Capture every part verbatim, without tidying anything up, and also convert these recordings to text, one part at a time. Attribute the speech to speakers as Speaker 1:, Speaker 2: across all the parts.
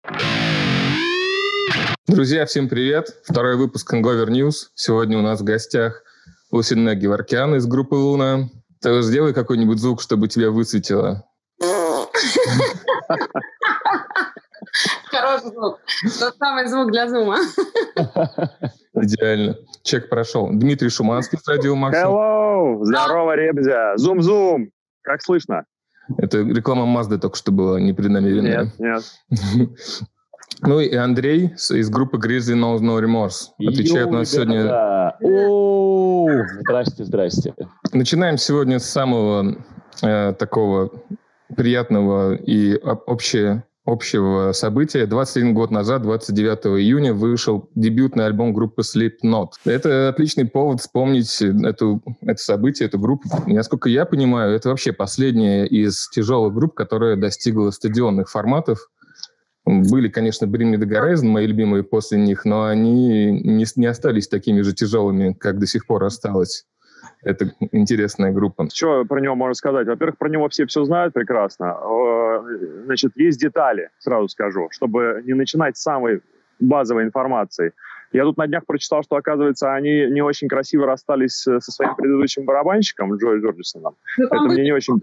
Speaker 1: Друзья, всем привет! Второй выпуск Hangover News. Сегодня у нас в гостях Лусина Геворкян из группы «Луна». Ты сделай какой-нибудь звук, чтобы тебя высветило.
Speaker 2: Хороший звук. Тот самый звук для зума.
Speaker 1: Идеально. Чек прошел. Дмитрий Шуманский с радио Максим.
Speaker 3: Hello! Здорово, ребзя! Зум-зум! Как слышно?
Speaker 1: Это реклама Мазды только что была, непреднамеренная.
Speaker 3: Нет, нет.
Speaker 1: Ну и Андрей из группы Grizzly Knows No Remorse. Отвечает у нас сегодня...
Speaker 4: О, здрасте, здрасте.
Speaker 1: Начинаем сегодня с самого э, такого приятного и общее, общего события. двадцать один год назад, двадцать девятого июня, вышел дебютный альбом группы Slipknot. Это отличный повод вспомнить эту, это событие, эту группу. И, насколько я понимаю, это вообще последняя из тяжелых групп, которая достигла стадионных форматов. Были, конечно, Bring Me The Horizon, мои любимые после них, но они не, не остались такими же тяжелыми, как до сих пор осталась. Это интересная группа.
Speaker 3: Что про него можно сказать? Во-первых, про него все все знают прекрасно. Значит, есть детали, сразу скажу, чтобы не начинать с самой базовой информации. Я тут на днях прочитал, что, оказывается, они не очень красиво расстались со своим предыдущим барабанщиком, Джой Джорджисоном. Ну, это мне не очень,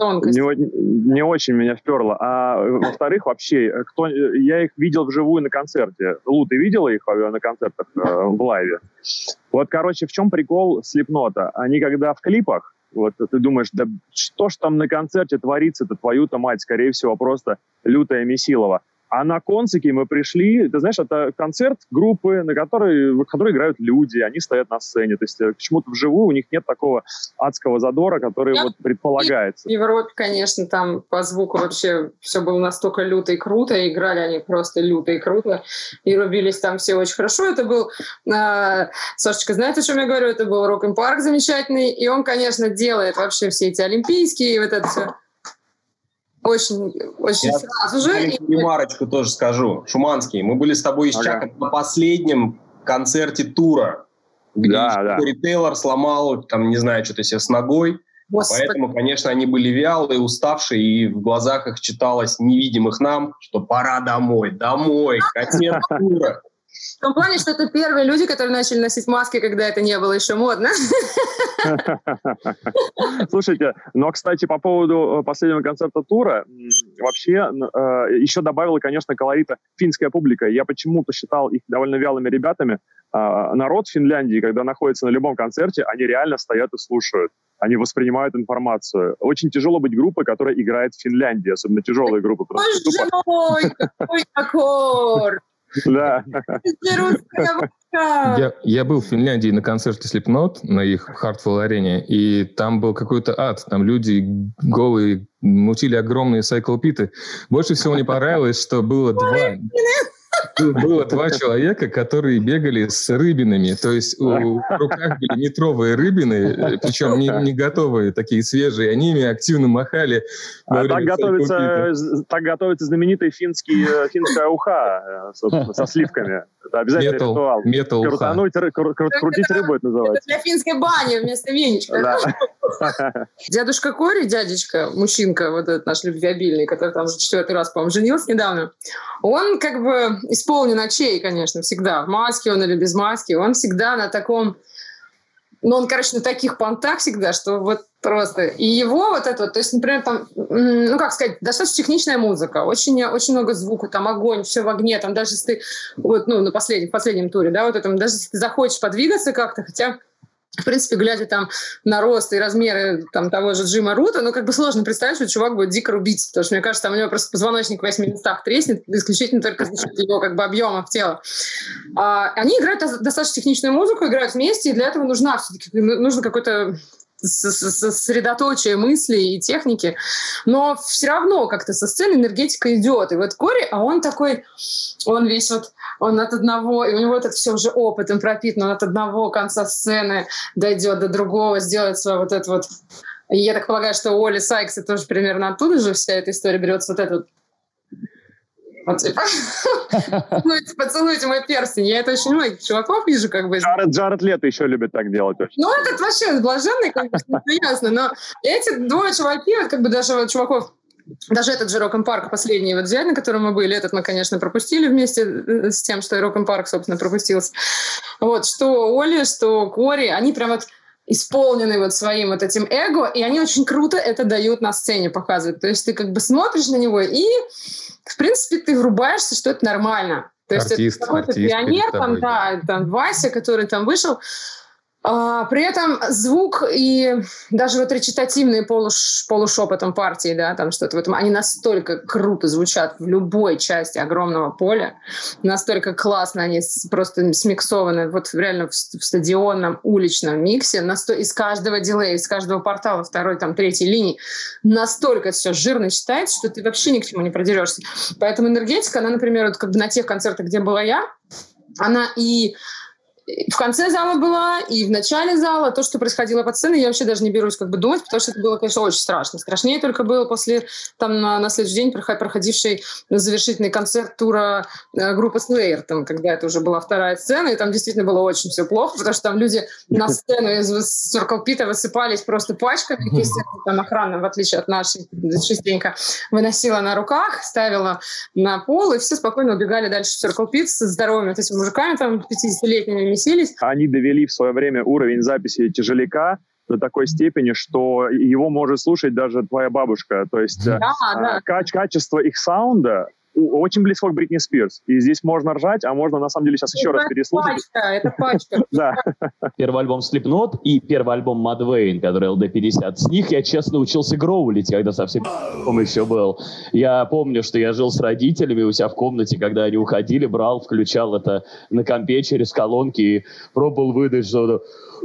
Speaker 3: не, не очень меня вперло. А во-вторых, вообще, кто, я их видел вживую на концерте. Лу, ты видела их на концертах э, в лайве? Вот, короче, в чем прикол Слипнота? Они когда в клипах, вот ты думаешь, да что ж там на концерте творится-то, твою-то мать, скорее всего, просто лютая месилова. А на концерте мы пришли, ты знаешь, это концерт группы, на которой, в которой играют люди, они стоят на сцене. То есть почему-то вживую у них нет такого адского задора, который Я вот предполагается.
Speaker 2: В Европе, конечно, там по звуку вообще все было настолько люто и круто, и играли они просто люто и круто, и рубились там все очень хорошо. Это был, э, Сашечка знает, о чем я говорю, это был Рок-н-Парк замечательный, и он, конечно, делает вообще все эти олимпийские, и вот это все. Очень, очень
Speaker 5: Я
Speaker 2: сразу же.
Speaker 5: Ремарочку тоже скажу. Шуманский, мы были с тобой с ага. Чаком на последнем концерте тура, где
Speaker 3: да, да.
Speaker 5: Кори Тейлор сломал, там, не знаю, что-то себе с ногой. Господи. Поэтому, конечно, они были вялые, уставшие, и в глазах их читалось невидимых нам, что пора домой, домой, конец тура.
Speaker 2: В том плане, что это первые люди, которые начали носить маски, когда это не было еще модно.
Speaker 3: Слушайте, но, кстати, по поводу последнего концерта тура, вообще еще добавила, конечно, колорита финская публика. Я почему-то считал их довольно вялыми ребятами. Народ в Финляндии, когда находится на любом концерте, они реально стоят и слушают. Они воспринимают информацию. Очень тяжело быть группой, которая играет в Финляндии, особенно тяжелые группы.
Speaker 2: Боже мой, какой аккорд!
Speaker 3: Да.
Speaker 1: Я, я был в Финляндии на концерте Slipknot на их Хартфул-арене, и там был какой-то ад. Там люди голые мутили огромные сайкл-питы. Больше всего мне понравилось, что было два... Было два человека, которые бегали с рыбинами. То есть у, в руках были метровые рыбины, причем не, не готовые, такие свежие. Они ими активно махали.
Speaker 3: А так готовится, так готовится знаменитый финский, финская уха со, со сливками. Это обязательный
Speaker 1: метал,
Speaker 3: ритуал.
Speaker 1: Метал
Speaker 3: Крутануть, кру, кру, крутить
Speaker 2: это,
Speaker 3: рыбу, это называется.
Speaker 2: Это для финской бани вместо веничка.
Speaker 3: Да.
Speaker 2: Дядушка Кори, дядечка, мужчинка, вот этот наш любвеобильный, который там уже четвертый раз, по-моему, женился недавно, он как бы исполнен очей, конечно, всегда. В маске он или без маски. Он всегда на таком... Ну, он, короче, на таких понтах всегда, что вот просто... И его вот это вот, то есть, например, там, ну, как сказать, достаточно техничная музыка, очень, очень много звука, там огонь, все в огне, там даже если ты, вот, ну, на последнем, в последнем туре, да, вот этом, даже если ты захочешь подвигаться как-то, хотя... В принципе, глядя там на рост и размеры там, того же Джима Рута, ну, как бы сложно представить, что чувак будет дико рубиться, потому что, мне кажется, там у него просто позвоночник в восьми местах треснет, исключительно только за счет его как бы объемов тела. А, они играют достаточно техничную музыку, играют вместе, и для этого нужна все-таки, нужно какой-то сосредоточие мыслей и техники, но все равно как-то со сцены энергетика идет. И вот Кори, а он такой, он весь вот, он от одного, и у него это все уже опытом пропитано, он от одного конца сцены дойдет до другого, сделает свой вот это вот. И я так полагаю, что у Оли Сайкса тоже примерно оттуда же вся эта история берется, вот это вот. Вот, типа, поцелуйте, поцелуйте мой перстень. Я это очень многих чуваков вижу, как бы.
Speaker 3: Джаред, Джаред Лето еще любит так делать. Очень.
Speaker 2: Ну, этот вообще блаженный, конечно, ясно. Но эти двое чуваки, вот как бы даже вот чуваков, даже этот же Rock'n Park, последний вот взять, на котором мы были, этот мы, конечно, пропустили вместе с тем, что и Rock'n Park, собственно, пропустился. Вот, что Оли, что Кори, они прям вот исполнены вот своим вот этим эго, и они очень круто это дают на сцене, показывают. То есть ты как бы смотришь на него, и, в принципе, ты врубаешься, что это нормально. То есть артист, это какой-то артист пионер, там, да, там, Вася, который там вышел. А, при этом звук и даже вот речитативные полуш, полушепотом партии, да, там что-то в этом, они настолько круто звучат в любой части огромного поля, настолько классно они с, просто смиксованы вот реально в, в стадионном уличном миксе, насто, из каждого дилея, из каждого портала второй, там, третьей линии, настолько все жирно читается, что ты вообще ни к чему не продерешься. Поэтому энергетика, она, например, вот как бы на тех концертах, где была я, она и в конце зала была, и в начале зала. То, что происходило под сценой, я вообще даже не берусь как бы думать, потому что это было, конечно, очень страшно. Страшнее только было после, там, на, на следующий день проходивший завершительный концерт тура э, группы Slayer, там, когда это уже была вторая сцена, и там действительно было очень все плохо, потому что там люди на сцену из Circle Pit высыпались просто пачками. Естественно, там охрана, в отличие от нашей, частенько выносила на руках, ставила на пол, и все спокойно убегали дальше в Circle Pit с здоровыми вот этими мужиками, там, пятидесятилетними, месились.
Speaker 3: Они довели в свое время уровень записи тяжеляка до такой степени, что его может слушать даже твоя бабушка. То есть да, а, да. Каче- качество их саунда очень близко к Бритни Спирс. И здесь можно ржать, а можно на самом деле сейчас еще
Speaker 2: это
Speaker 3: раз переслушать.
Speaker 2: Пачка, это пачка.
Speaker 3: Да.
Speaker 4: Первый альбом Slipknot и первый альбом Mudvayne, который эл ди пятьдесят. С них я, честно, учился гроулить, когда совсем еще был. Я помню, что я жил с родителями у себя в комнате, когда они уходили, брал, включал это на компе через колонки и пробовал выдать что-то.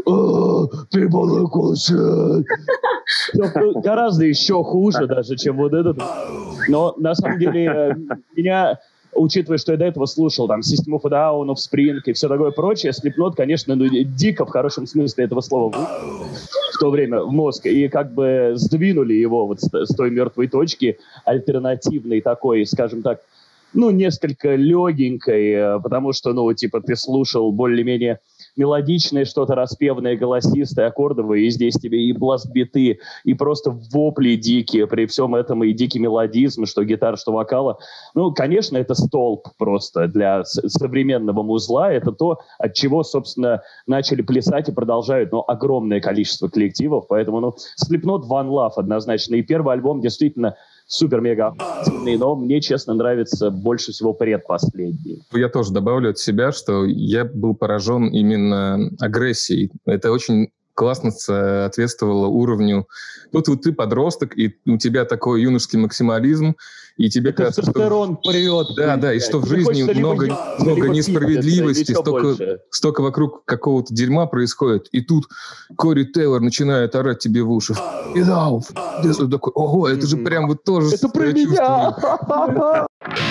Speaker 4: Ты молокосет! Гораздо еще хуже даже, чем вот этот. Но на самом деле меня, учитывая, что я до этого слушал там System of a Down, Offspring и все такое прочее, Slipknot, конечно, ну, дико в хорошем смысле этого слова в то время в мозг. И как бы сдвинули его вот с, с той мертвой точки альтернативной такой, скажем так, ну, несколько легенькой, потому что, ну, типа, ты слушал более-менее мелодичное, что-то распевное, голосистое, аккордовое, и здесь тебе и бласт-биты, и просто вопли дикие, при всем этом и дикий мелодизм, что гитара, что вокала. Ну, конечно, это столб просто для современного музла, это то, от чего, собственно, начали плясать и продолжают, ну, огромное количество коллективов, поэтому, ну, Slipknot One Love однозначно, и первый альбом действительно супер-мега охуенный, но мне, честно, нравится больше всего предпоследний.
Speaker 1: Я тоже добавлю от себя, что я был поражен именно агрессией. Это очень классно соответствовало уровню. Вот, вот ты подросток, и у тебя такой юношеский максимализм, и тебе
Speaker 4: это кажется, что... прет.
Speaker 1: Да, да, и что в жизни много, либо, много либо несправедливости, столько, столько вокруг какого-то дерьма происходит. И тут Кори Тейлор начинает орать тебе в уши. И да, такой, ого, это же прям вот тоже...
Speaker 4: Это про меня!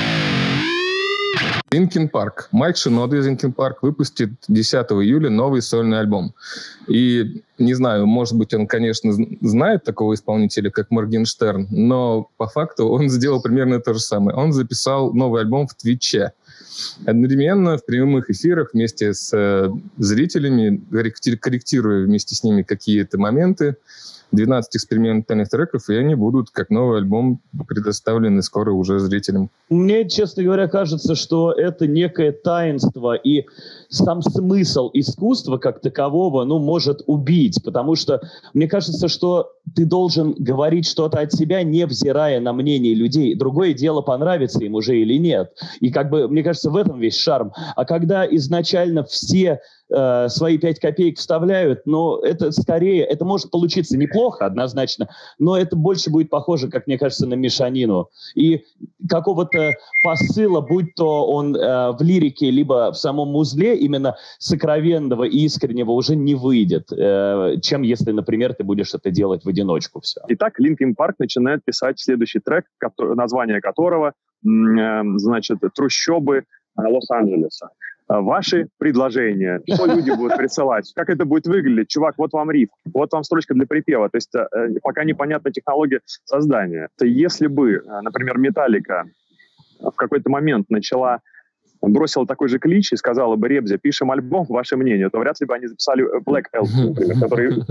Speaker 1: Linkin Park. Майк Шинода из Linkin Park выпустит десятого июля новый сольный альбом. И, не знаю, может быть, он, конечно, знает такого исполнителя, как Моргенштерн, но по факту он сделал примерно то же самое. Он записал новый альбом в Твиче. Одновременно в прямых эфирах вместе с э, зрителями, корректируя вместе с ними какие-то моменты, двенадцать экспериментальных треков, и они будут, как новый альбом, предоставлены скоро уже зрителям.
Speaker 4: Мне, честно говоря, кажется, что это некое таинство, и сам смысл искусства как такового, ну, может убить, потому что мне кажется, что ты должен говорить что-то от себя, невзирая на мнение людей. Другое дело, понравится им уже или нет. И как бы, мне кажется, в этом весь шарм. А когда изначально все э, свои пять копеек вставляют, но это скорее, это может получиться неплохо, однозначно, но это больше будет похоже, как мне кажется, на мешанину. И какого-то посыла, будь то он э, в лирике, либо в самом музле, именно сокровенного и искреннего уже не выйдет, э, чем если, например, ты будешь это делать в одиночку все.
Speaker 3: Итак, Linkin Park начинает писать следующий трек, который, название которого, э, значит, «Трущобы Лос-Анджелеса». Ваши предложения, что люди будут присылать, как это будет выглядеть. Чувак, вот вам риф, вот вам строчка для припева. То есть э, пока непонятна технология создания. То если бы, например, Металлика в какой-то момент начала, бросила такой же клич и сказала бы: Ребзя, пишем альбом, ваше мнение, то вряд ли бы они записали Black Album, например, который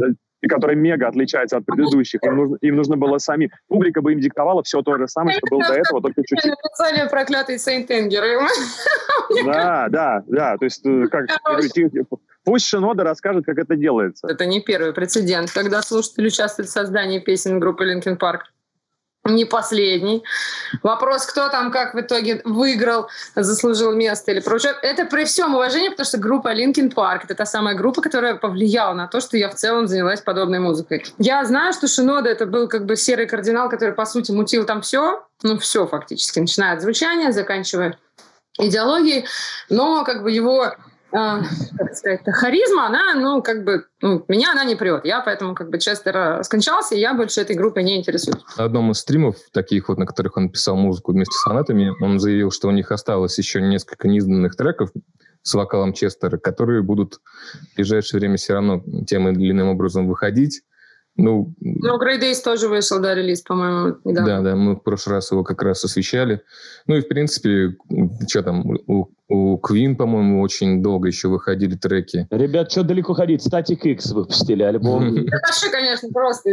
Speaker 3: и который мега отличается от предыдущих. Им нужно, им нужно было сами... Публика бы им диктовала все то же самое, что было до этого, только чуть-чуть.
Speaker 2: Написали проклятый Сейнт-Энгер.
Speaker 3: Да, да, да. То есть, как... Пусть Шинода расскажет, как это делается.
Speaker 2: Это не первый прецедент, когда слушатели участвуют в создании песен группы Linkin Park. Не последний. Вопрос, кто там как в итоге выиграл, заслужил место или прочее. Это при всем уважении, потому что группа Linkin Park — это та самая группа, которая повлияла на то, что я в целом занялась подобной музыкой. Я знаю, что Шинода — это был как бы серый кардинал, который, по сути, мутил там все, ну все фактически, начиная от звучания, заканчивая идеологией, но как бы его... как сказать, харизма, она, ну, как бы, ну, меня она не прет. Я поэтому, как бы, Честер скончался, и я больше этой группой не интересуюсь.
Speaker 1: На одном из стримов, таких вот, на которых он писал музыку вместе с фанатами, он заявил, что у них осталось еще несколько неизданных треков с вокалом Честера, которые будут в ближайшее время все равно тем или иным образом выходить. Ну,
Speaker 2: ну, Grey Days тоже вышел, да, релиз, по-моему, недавно.
Speaker 1: Да, да, мы в прошлый раз его как раз освещали. Ну и, в принципе, что там, у, у Queen, по-моему, очень долго еще выходили треки.
Speaker 4: Ребят, что далеко ходить? Static X выпустили альбом.
Speaker 2: Хорошо, конечно, просто.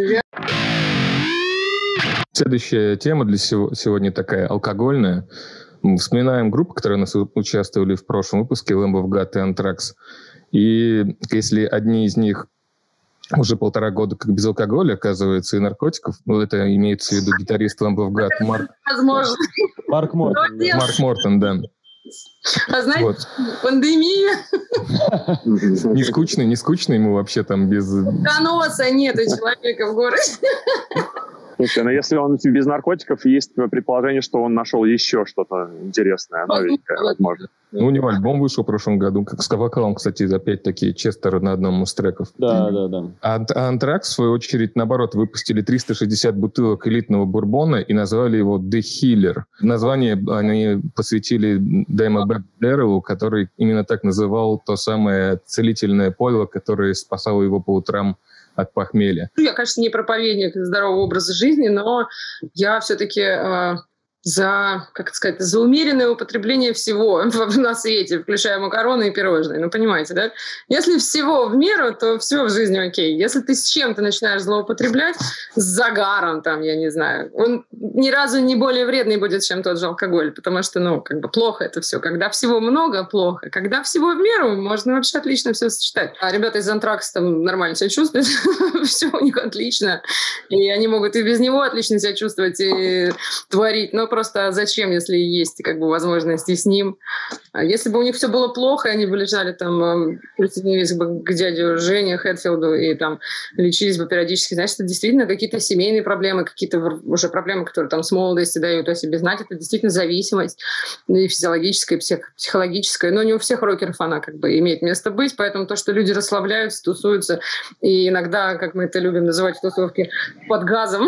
Speaker 1: Следующая тема для сегодня такая алкогольная. Мы вспоминаем группы, которые у нас участвовали в прошлом выпуске, Lamb of God и Anthrax. И если одни из них уже полтора года как без алкоголя, оказывается, и наркотиков. Ну, это имеется в виду гитарист Lamb of God Марк...
Speaker 2: Возможно.
Speaker 4: Марк Мортон.
Speaker 1: Да. Марк Мортон, да.
Speaker 2: А знаете, вот. Пандемия.
Speaker 1: Не скучно, не скучно ему вообще там без...
Speaker 2: Доноса нет у человека в городе.
Speaker 3: Слушай, но если он без наркотиков, есть предположение, что он нашел еще что-то интересное, новенькое, возможно.
Speaker 1: Ну, у него альбом вышел в прошлом году, как с вокалом, кстати, опять-таки, Честер на одном из треков.
Speaker 4: Да, да, да.
Speaker 1: А Антракс, в свою очередь, наоборот, выпустили триста шестьдесят бутылок элитного бурбона и назвали его The Healer. Название они посвятили Даймобэк Дэрилу, который именно так называл то самое целительное пойло, которое спасало его по утрам от похмелья.
Speaker 2: Я, конечно, не проповедник здорового образа жизни, но я все-таки э, за, как это сказать, за умеренное употребление всего на свете, включая макароны и пирожные. Ну, понимаете, да? Если всего в меру, то все в жизни окей. Если ты с чем-то начинаешь злоупотреблять, с загаром, там, я не знаю, он ни разу не более вредный будет, чем тот же алкоголь, потому что, ну, как бы плохо это все. Когда всего много, плохо. Когда всего в меру, можно вообще отлично все сочетать. А ребята из Антракса там нормально себя чувствуют, все у них отлично. И они могут и без него отлично себя чувствовать и творить. Но просто зачем, если есть как бы возможности с ним? Если бы у них все было плохо, и они бы лежали там, присоединились бы к дяде Жене Хэтфилду и там лечились бы периодически, значит, это действительно какие-то семейные проблемы, какие-то уже проблемы, которые там с молодости дают о себе знать. Это действительно зависимость и физиологическая, и псих, психологическая. Но не у всех рокеров она как бы имеет место быть, поэтому то, что люди расслабляются, тусуются, и иногда, как мы это любим называть в тусовке, под газом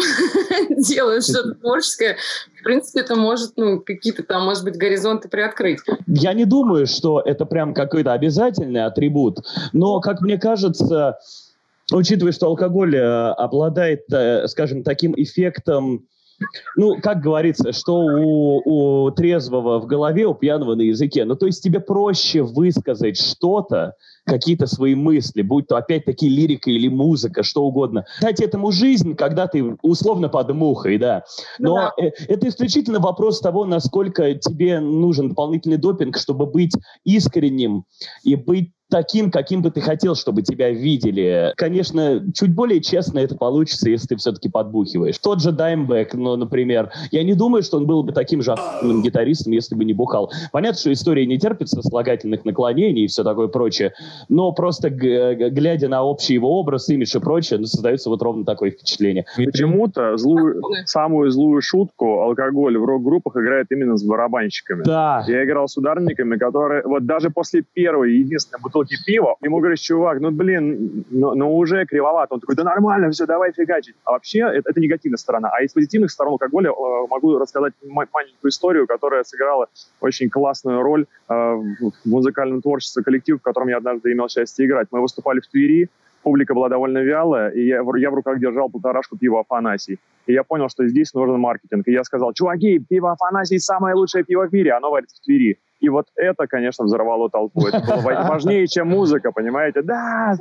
Speaker 2: делают что-то творческое, в принципе, это может, ну, какие-то там, может быть, горизонты приоткрыть.
Speaker 4: Я не думаю, что это прям какой-то обязательный атрибут, но, как мне кажется, учитывая, что алкоголь обладает, скажем, таким эффектом, ну, как говорится, что у, у трезвого в голове, у пьяного на языке. Ну, то есть тебе проще высказать что-то, какие-то свои мысли, будь то опять-таки лирика или музыка, что угодно. Дать этому жизнь, когда ты условно под мухой, да. Но да. это исключительно вопрос того, насколько тебе нужен дополнительный допинг, чтобы быть искренним и быть таким, каким бы ты хотел, чтобы тебя видели. Конечно, чуть более честно это получится, если ты все-таки подбухиваешь. Тот же Даймбэк, ну, например, я не думаю, что он был бы таким же охуенным гитаристом, если бы не бухал. Понятно, что история не терпит сослагательных наклонений и все такое прочее, но просто г- глядя на общий его образ, имидж и прочее, ну, создается вот ровно такое впечатление.
Speaker 3: Почему-то злую, самую злую шутку алкоголь в рок-группах играет именно с барабанщиками.
Speaker 4: Да.
Speaker 3: Я играл с ударниками, которые вот даже после первой единственной бутылки пива, ему говоришь, чувак, ну, блин, ну, ну уже кривовато. Он такой, да нормально, все, давай фигачить. А вообще это, это негативная сторона. А из позитивных сторон алкоголя э, могу рассказать м- маленькую историю, которая сыграла очень классную роль э, в музыкальном творчестве коллектива, в котором я однажды имел счастье играть. Мы выступали в Твери, публика была довольно вялая, и я, я в руках держал полторашку пива Афанасий. И я понял, что здесь нужен маркетинг. И я сказал, чуваки, пиво Афанасий самое лучшее пиво в мире, оно варится в Твери. И вот это, конечно, взорвало толпу. Это было важнее, чем музыка, понимаете? Да!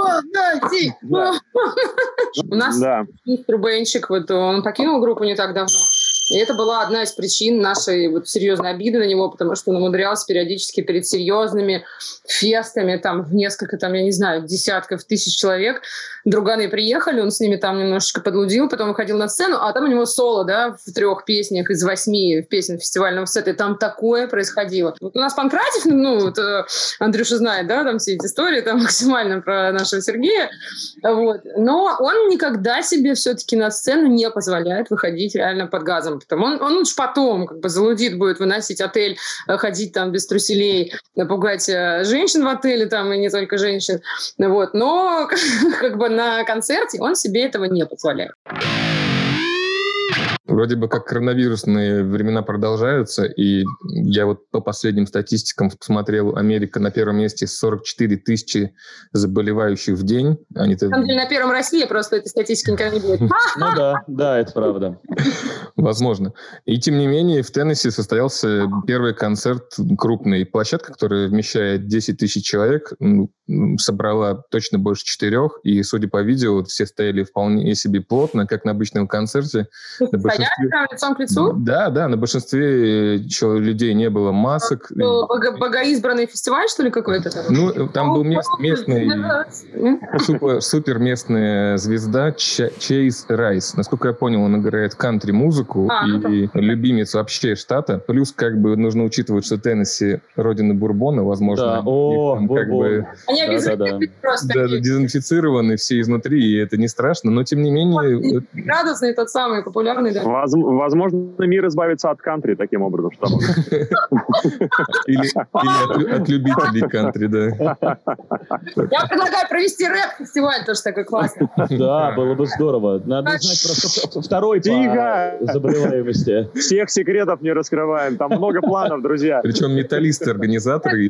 Speaker 2: У нас Трубенчик, вот он покинул группу не так давно. И это была одна из причин нашей вот серьезной обиды на него, потому что он умудрялся периодически перед серьезными фестами, там, в несколько, там, я не знаю, десятков тысяч человек. Друганы приехали, он с ними там немножечко подлудил, потом выходил на сцену, а там у него соло, да, в трех песнях из восьми песен фестивального сета, и там такое происходило. Вот у нас Панкратив, ну, вот, Андрюша знает, да, там все эти истории, там максимально про нашего Сергея, вот. Но он никогда себе все-таки на сцену не позволяет выходить реально под газом. Потому он, он лучше потом как бы залудит, будет выносить отель, ходить там без труселей, напугать женщин в отеле, там, и не только женщин. Вот. Но как бы на концерте он себе этого не позволяет.
Speaker 1: Вроде бы как коронавирусные времена продолжаются, и я вот по последним статистикам посмотрел, Америка на первом месте, сорок четыре тысячи заболевающих в день. Они
Speaker 2: на самом деле на первом Россия, просто этой статистики никогда не будет.
Speaker 4: Ну да, да, это правда.
Speaker 1: Возможно. И тем не менее в Теннесси состоялся первый концерт крупный. Площадка, которая вмещает десять тысяч человек, собрала точно больше четырех, и, судя по видео, все стояли вполне себе плотно, как на обычном концерте. На большинстве...
Speaker 2: Стояли лицом к лицу?
Speaker 1: Да, да, на большинстве людей не было масок.
Speaker 2: Бого- богоизбранный фестиваль, что ли, какой-то?
Speaker 1: Ну, там был мест, местный, супер, супер местная звезда Чейз Райс. Насколько я понял, он играет кантри-музыку а, и ну, любимец вообще штата. Плюс, как бы, нужно учитывать, что Теннесси родина бурбона, возможно.
Speaker 4: Да, о,
Speaker 1: там, как бы,
Speaker 2: они
Speaker 1: да, да, да, да, дезинфицированы все изнутри, и это не страшно, но тем не менее...
Speaker 2: Градусный тот самый, популярный, да.
Speaker 3: Возможно, мир избавится от кантри таким образом.
Speaker 1: Или от любителей кантри, да.
Speaker 2: Я предлагаю провести рэп-фестиваль, тоже такой классный.
Speaker 4: Да, было бы здорово. Надо знать просто второй по заболеваемости.
Speaker 3: Всех секретов не раскрываем. Там много планов, друзья.
Speaker 1: Причем металлисты, организаторы.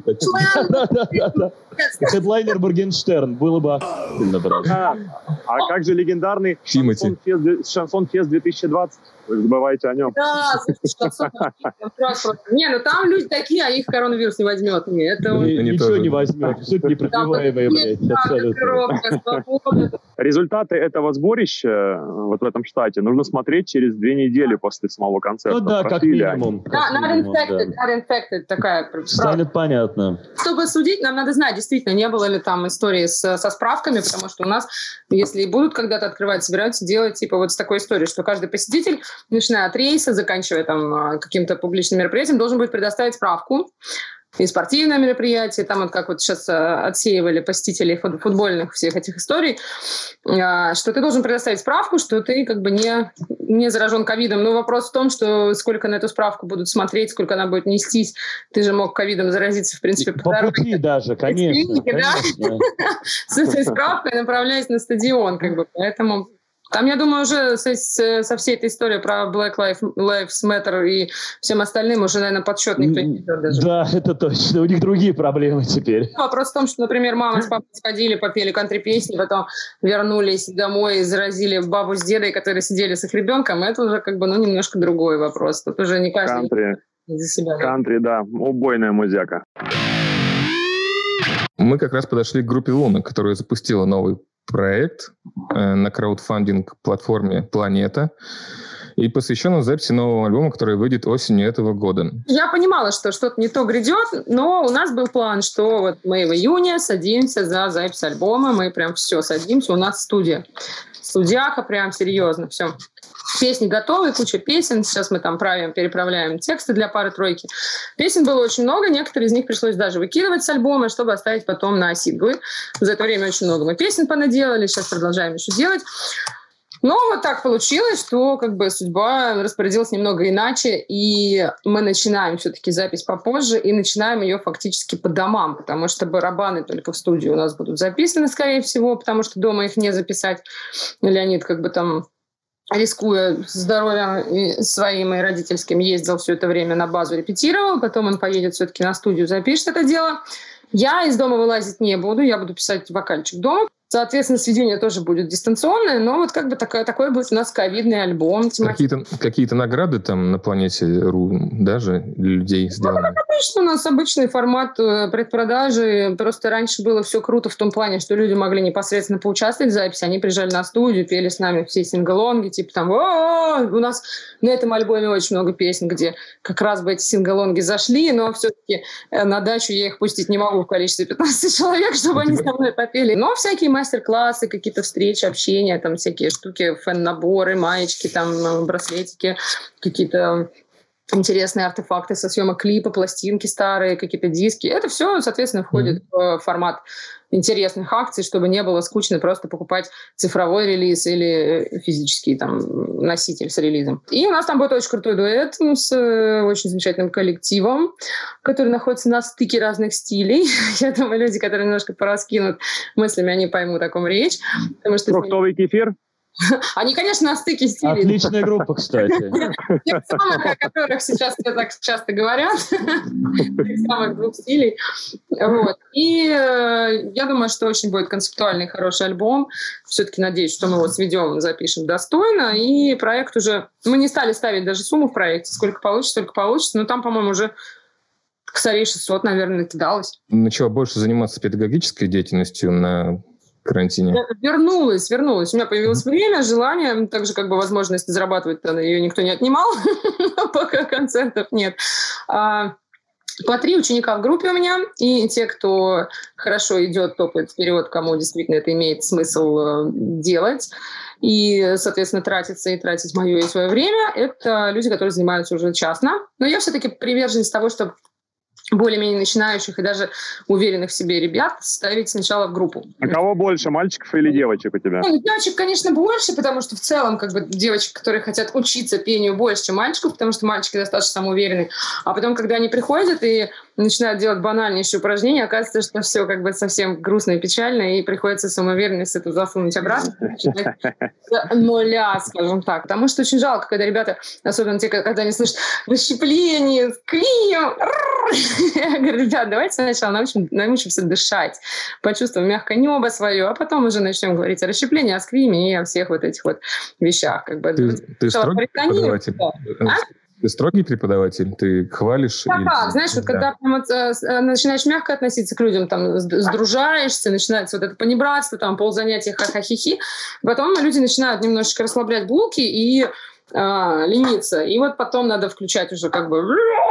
Speaker 4: Хедлайнер Моргенштерн. Было бы охуенно, брат.
Speaker 3: А как же легендарный Шансон-фест две тысячи двадцать? Вы забываете о нем.
Speaker 2: Да, шансон. Не, ну там люди такие, а их коронавирус не возьмет.
Speaker 4: Ничего не возьмет. Все это непробиваемое, блядь. Абсолютно.
Speaker 3: Результаты этого сборища вот в этом штате нужно смотреть через две недели после самого концерта.
Speaker 4: Ну да, как минимум.
Speaker 2: Да, not infected, not infected, такая.
Speaker 4: Станет понятно.
Speaker 2: Чтобы судить, нам надо знать, действительно, не было ли там истории с, со справками, потому что у нас, если и будут когда-то открывать, собираются делать типа вот с такой историей, что каждый посетитель, начиная от рейса, заканчивая там каким-то публичным мероприятием, должен будет предоставить справку. И спортивное мероприятие, там вот как вот сейчас отсеивали посетителей футбольных всех этих историй, что ты должен предоставить справку, что ты как бы не, не заражен ковидом. Но вопрос в том, что сколько на эту справку будут смотреть, сколько она будет нестись. Ты же мог ковидом заразиться, в принципе,
Speaker 4: по, по пути даже, конечно.
Speaker 2: Клинике, конечно. Да? С этой справкой направляясь на стадион, как бы, поэтому... Там, я думаю, уже со, со всей этой историей про Black Lives Matter и всем остальным уже, наверное, подсчет никто не идет даже.
Speaker 4: Да, это точно. У них другие проблемы теперь.
Speaker 2: Вопрос в том, что, например, мама с папой сходили, попели кантри-песни, потом вернулись домой и заразили бабу с дедой, которые сидели с их ребенком. Это уже как бы, ну, немножко другой вопрос. Тут уже не каждый
Speaker 3: кантри.
Speaker 2: За себя.
Speaker 3: Кантри, да. Убойная музяка.
Speaker 1: Мы как раз подошли к группе Луна, которая запустила новый проект э, на краудфандинг-платформе «Планета», и посвящен записи нового альбома, который выйдет осенью этого года.
Speaker 2: Я понимала, что что-то не то грядет, но у нас был план, что вот мы в июне садимся за запись альбома, мы прям все садимся, у нас студия. Студияка прям серьезно, все. Песни готовы, куча песен. Сейчас мы там правим, переправляем тексты для пары-тройки. Песен было очень много. Некоторые из них пришлось даже выкидывать с альбома, чтобы оставить потом на синглы. За это время очень много мы песен понаделали. Сейчас продолжаем еще делать. Но вот так получилось, что как бы судьба распорядилась немного иначе, и мы начинаем все-таки запись попозже, и начинаем ее фактически по домам, потому что барабаны только в студии у нас будут записаны, скорее всего, потому что дома их не записать. Леонид как бы там, рискуя здоровьем своим и родительским, ездил все это время на базу, репетировал, потом он поедет все-таки на студию, запишет это дело. Я из дома вылазить не буду, я буду писать вокальчик дома. Соответственно, сведение тоже будет дистанционное, но вот как бы такое, такой будет у нас ковидный альбом.
Speaker 1: Какие-то, какие-то награды там на планете РУ даже для людей сделаны?
Speaker 2: Ну, обычно у нас обычный формат предпродажи. Просто раньше было все круто в том плане, что люди могли непосредственно поучаствовать в записи. Они приезжали на студию, пели с нами все сингалонги, типа там «О-о-о!». У нас на этом альбоме очень много песен, где как раз бы эти сингалонги зашли, но все-таки на дачу я их пустить не могу в количестве пятнадцати человек, чтобы они со мной попели. Но всякие мастер-классы, какие-то встречи, общения, там всякие штуки, фэн-наборы, маечки, там браслетики, какие-то интересные артефакты со съемок клипа, пластинки старые, какие-то диски. Это все, соответственно, входит mm-hmm. в формат интересных акций, чтобы не было скучно просто покупать цифровой релиз или физический там носитель с релизом. И у нас там будет очень крутой дуэт с очень замечательным коллективом, который находится на стыке разных стилей. Я думаю, люди, которые немножко пораскинут мыслями, они поймут, о ком речь.
Speaker 3: Фруктовый кефир?
Speaker 2: Они, конечно, на стыке стилей.
Speaker 4: Отличная группа, кстати.
Speaker 2: Тех самых, о которых сейчас все так часто говорят. Тех самых двух стилей. Вот. И э, я думаю, что очень будет концептуальный, хороший альбом. Все-таки надеюсь, что мы его сведем, запишем достойно. И проект уже... Мы не стали ставить даже сумму в проекте. Сколько получится, столько получится. Но там, по-моему, уже косарей шестьсот, наверное, кидалось.
Speaker 1: Начала больше заниматься педагогической деятельностью на... карантине?
Speaker 2: Вернулась, вернулась. У меня появилось mm-hmm. время, желание, также как бы возможность зарабатывать, ее никто не отнимал, пока концертов нет. А, по три ученика в группе у меня, и те, кто хорошо идет, топает вперед, кому действительно это имеет смысл делать, и, соответственно, тратиться и тратить мое и свое время, это люди, которые занимаются уже частно. Но я все-таки приверженец того, чтобы более-менее начинающих и даже уверенных в себе ребят ставить сначала в группу.
Speaker 3: А кого больше, мальчиков или девочек у тебя?
Speaker 2: Ну, девочек, конечно, больше, потому что в целом как бы девочек, которые хотят учиться пению, больше, чем мальчиков, потому что мальчики достаточно самоуверенные. А потом, когда они приходят и начинают делать банальнейшие упражнения, оказывается, что все как бы совсем грустно и печально, и приходится самоуверенность эту засунуть обратно. С нуля, скажем так. Потому что очень жалко, когда ребята, особенно те, когда они слышат расщепление, скрим, я говорю, ребят, давайте сначала научим, научимся дышать, почувствуем мягкое небо свое, а потом уже начнем говорить о расщеплении, о скриме и о всех вот этих вот вещах. Как бы.
Speaker 1: Ты, ты строгий преподаватель? Да. А? Ты строгий преподаватель? Ты хвалишь?
Speaker 2: Да,
Speaker 1: или...
Speaker 2: так, знаешь, вот когда да. вот, э, начинаешь мягко относиться к людям, там, сдружаешься, начинается вот это понебратство, там, ползанятия ха-ха-хи-хи, потом люди начинают немножечко расслаблять булки и э, лениться. И вот потом надо включать уже как бы...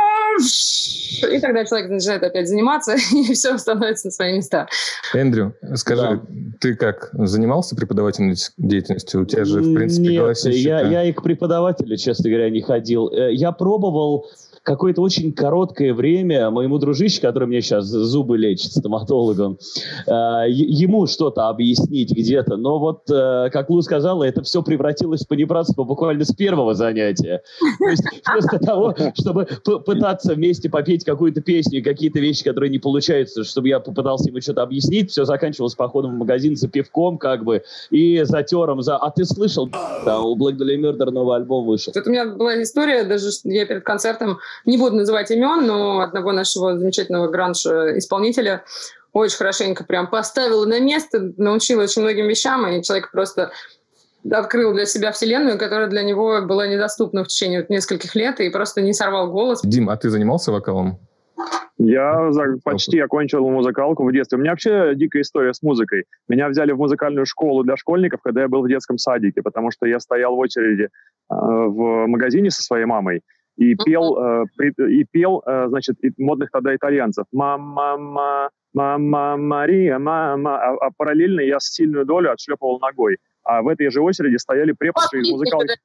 Speaker 2: И тогда человек начинает опять заниматься, и все становится на свои места.
Speaker 1: Эндрю, скажи, да. ты как, занимался преподавательной деятельностью? У тебя же, в принципе,
Speaker 4: Нет, я, я и к преподавателю, честно говоря, не ходил. Я пробовал какое-то очень короткое время моему дружище, который мне сейчас зубы лечит, стоматологом, э, ему что-то объяснить где-то. Но вот, э, как Лу сказала, это все превратилось в понебратство буквально с первого занятия. То есть вместо того, чтобы пытаться вместе попеть какую-то песню, какие-то вещи, которые не получаются, чтобы я попытался ему что-то объяснить, все заканчивалось походом в магазин за пивком, как бы, и затером за... А ты слышал? Да, у Black Dahlia Murder новый альбом вышел.
Speaker 2: Это у меня была история, даже я перед концертом не буду называть имен, но одного нашего замечательного гранж-исполнителя очень хорошенько прям поставила на место, научила очень многим вещам, и человек просто открыл для себя вселенную, которая для него была недоступна в течение нескольких лет, и просто не сорвал голос.
Speaker 1: Дим, а ты занимался вокалом?
Speaker 3: Я почти окончил музыкалку в детстве. У меня вообще дикая история с музыкой. Меня взяли в музыкальную школу для школьников, когда я был в детском садике, потому что я стоял в очереди э, в магазине со своей мамой, и пел, э, при, и пел э, значит, и модных тогда итальянцев. «Мама, мама, Мария, мама». А, а параллельно я сильную долю отшлепывал ногой. А в этой же очереди стояли преподши из музыкалки.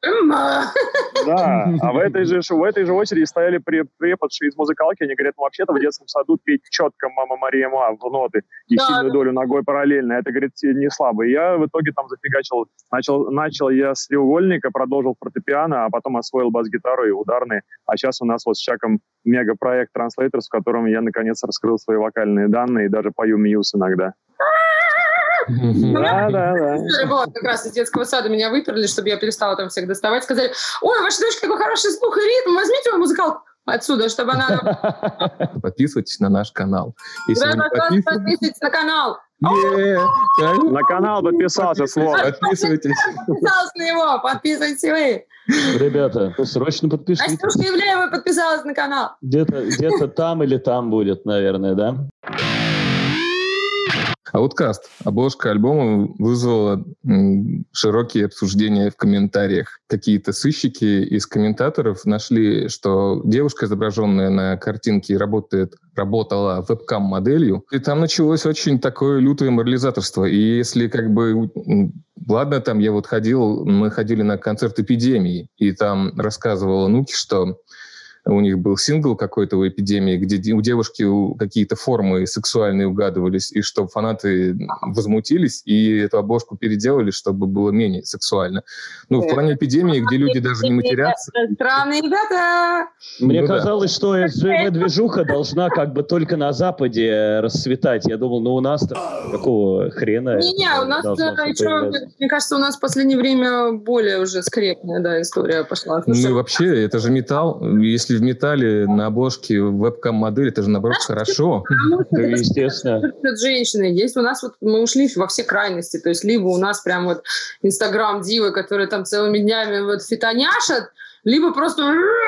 Speaker 3: Да, а в этой же, в этой же очереди стояли преподши из музыкалки. Они говорят, ну вообще-то в детском саду петь четко «Мама, Мария, ма» в ноты и да. сильную долю ногой параллельно. Это, говорит, не слабо. И я в итоге там зафигачил. Начал, начал я с треугольника, продолжил фортепиано, а потом освоил бас-гитару и ударные. А сейчас у нас вот с Чаком мегапроект Translators, в котором я наконец раскрыл свои вокальные данные и даже пою мьюз иногда.
Speaker 2: Да, да, да. Была как раз из детского сада, меня выперли, чтобы я перестала там всех доставать. Сказали, ой, ваша дочка такой хороший слух и ритм, возьмите его музыкалку отсюда, чтобы она...
Speaker 1: Подписывайтесь на наш канал.
Speaker 2: Если да, да, подписывайтесь... подписывайтесь на канал.
Speaker 3: На канал подписался, слово.
Speaker 1: Подписывайтесь.
Speaker 2: Подписался на него, подписывайтесь вы.
Speaker 4: Ребята, срочно подпишитесь.
Speaker 2: Настюшка Ивлеева подписалась на канал.
Speaker 4: Где-то, где-то там или там будет, наверное, да?
Speaker 1: Outcast. Обложка альбома вызвала м, широкие обсуждения в комментариях. Какие-то сыщики из комментаторов нашли, что девушка, изображенная на картинке, работает, работала вебкам-моделью. И там началось очень такое лютое морализаторство. И если как бы... Ладно, там я вот ходил, мы ходили на концерт «Эпидемии», и там рассказывала Нуки, что у них был сингл какой-то у «Эпидемии», где у девушки какие-то формы сексуальные угадывались, и что фанаты возмутились, и эту обложку переделали, чтобы было менее сексуально. Ну, в плане «Эпидемии», где люди даже не матерятся...
Speaker 2: Странные ребята!
Speaker 4: Мне
Speaker 1: Ну,
Speaker 4: казалось, что эс джи ви-движуха должна как бы только на Западе расцветать. Я думал, ну у нас-то какого хрена?
Speaker 2: Не-не, у нас, еще, мне кажется, у нас в последнее время более уже скрепная, да, история пошла.
Speaker 1: Ну и вообще, это же металл. Если в металле на обложке вебкам-модель, это же, наоборот, хорошо.
Speaker 4: Да, естественно.
Speaker 2: Женщины есть. У нас вот мы ушли во все крайности. То есть либо у нас прям вот инстаграм-дивы, которые там целыми днями вот фитоняшат, либо просто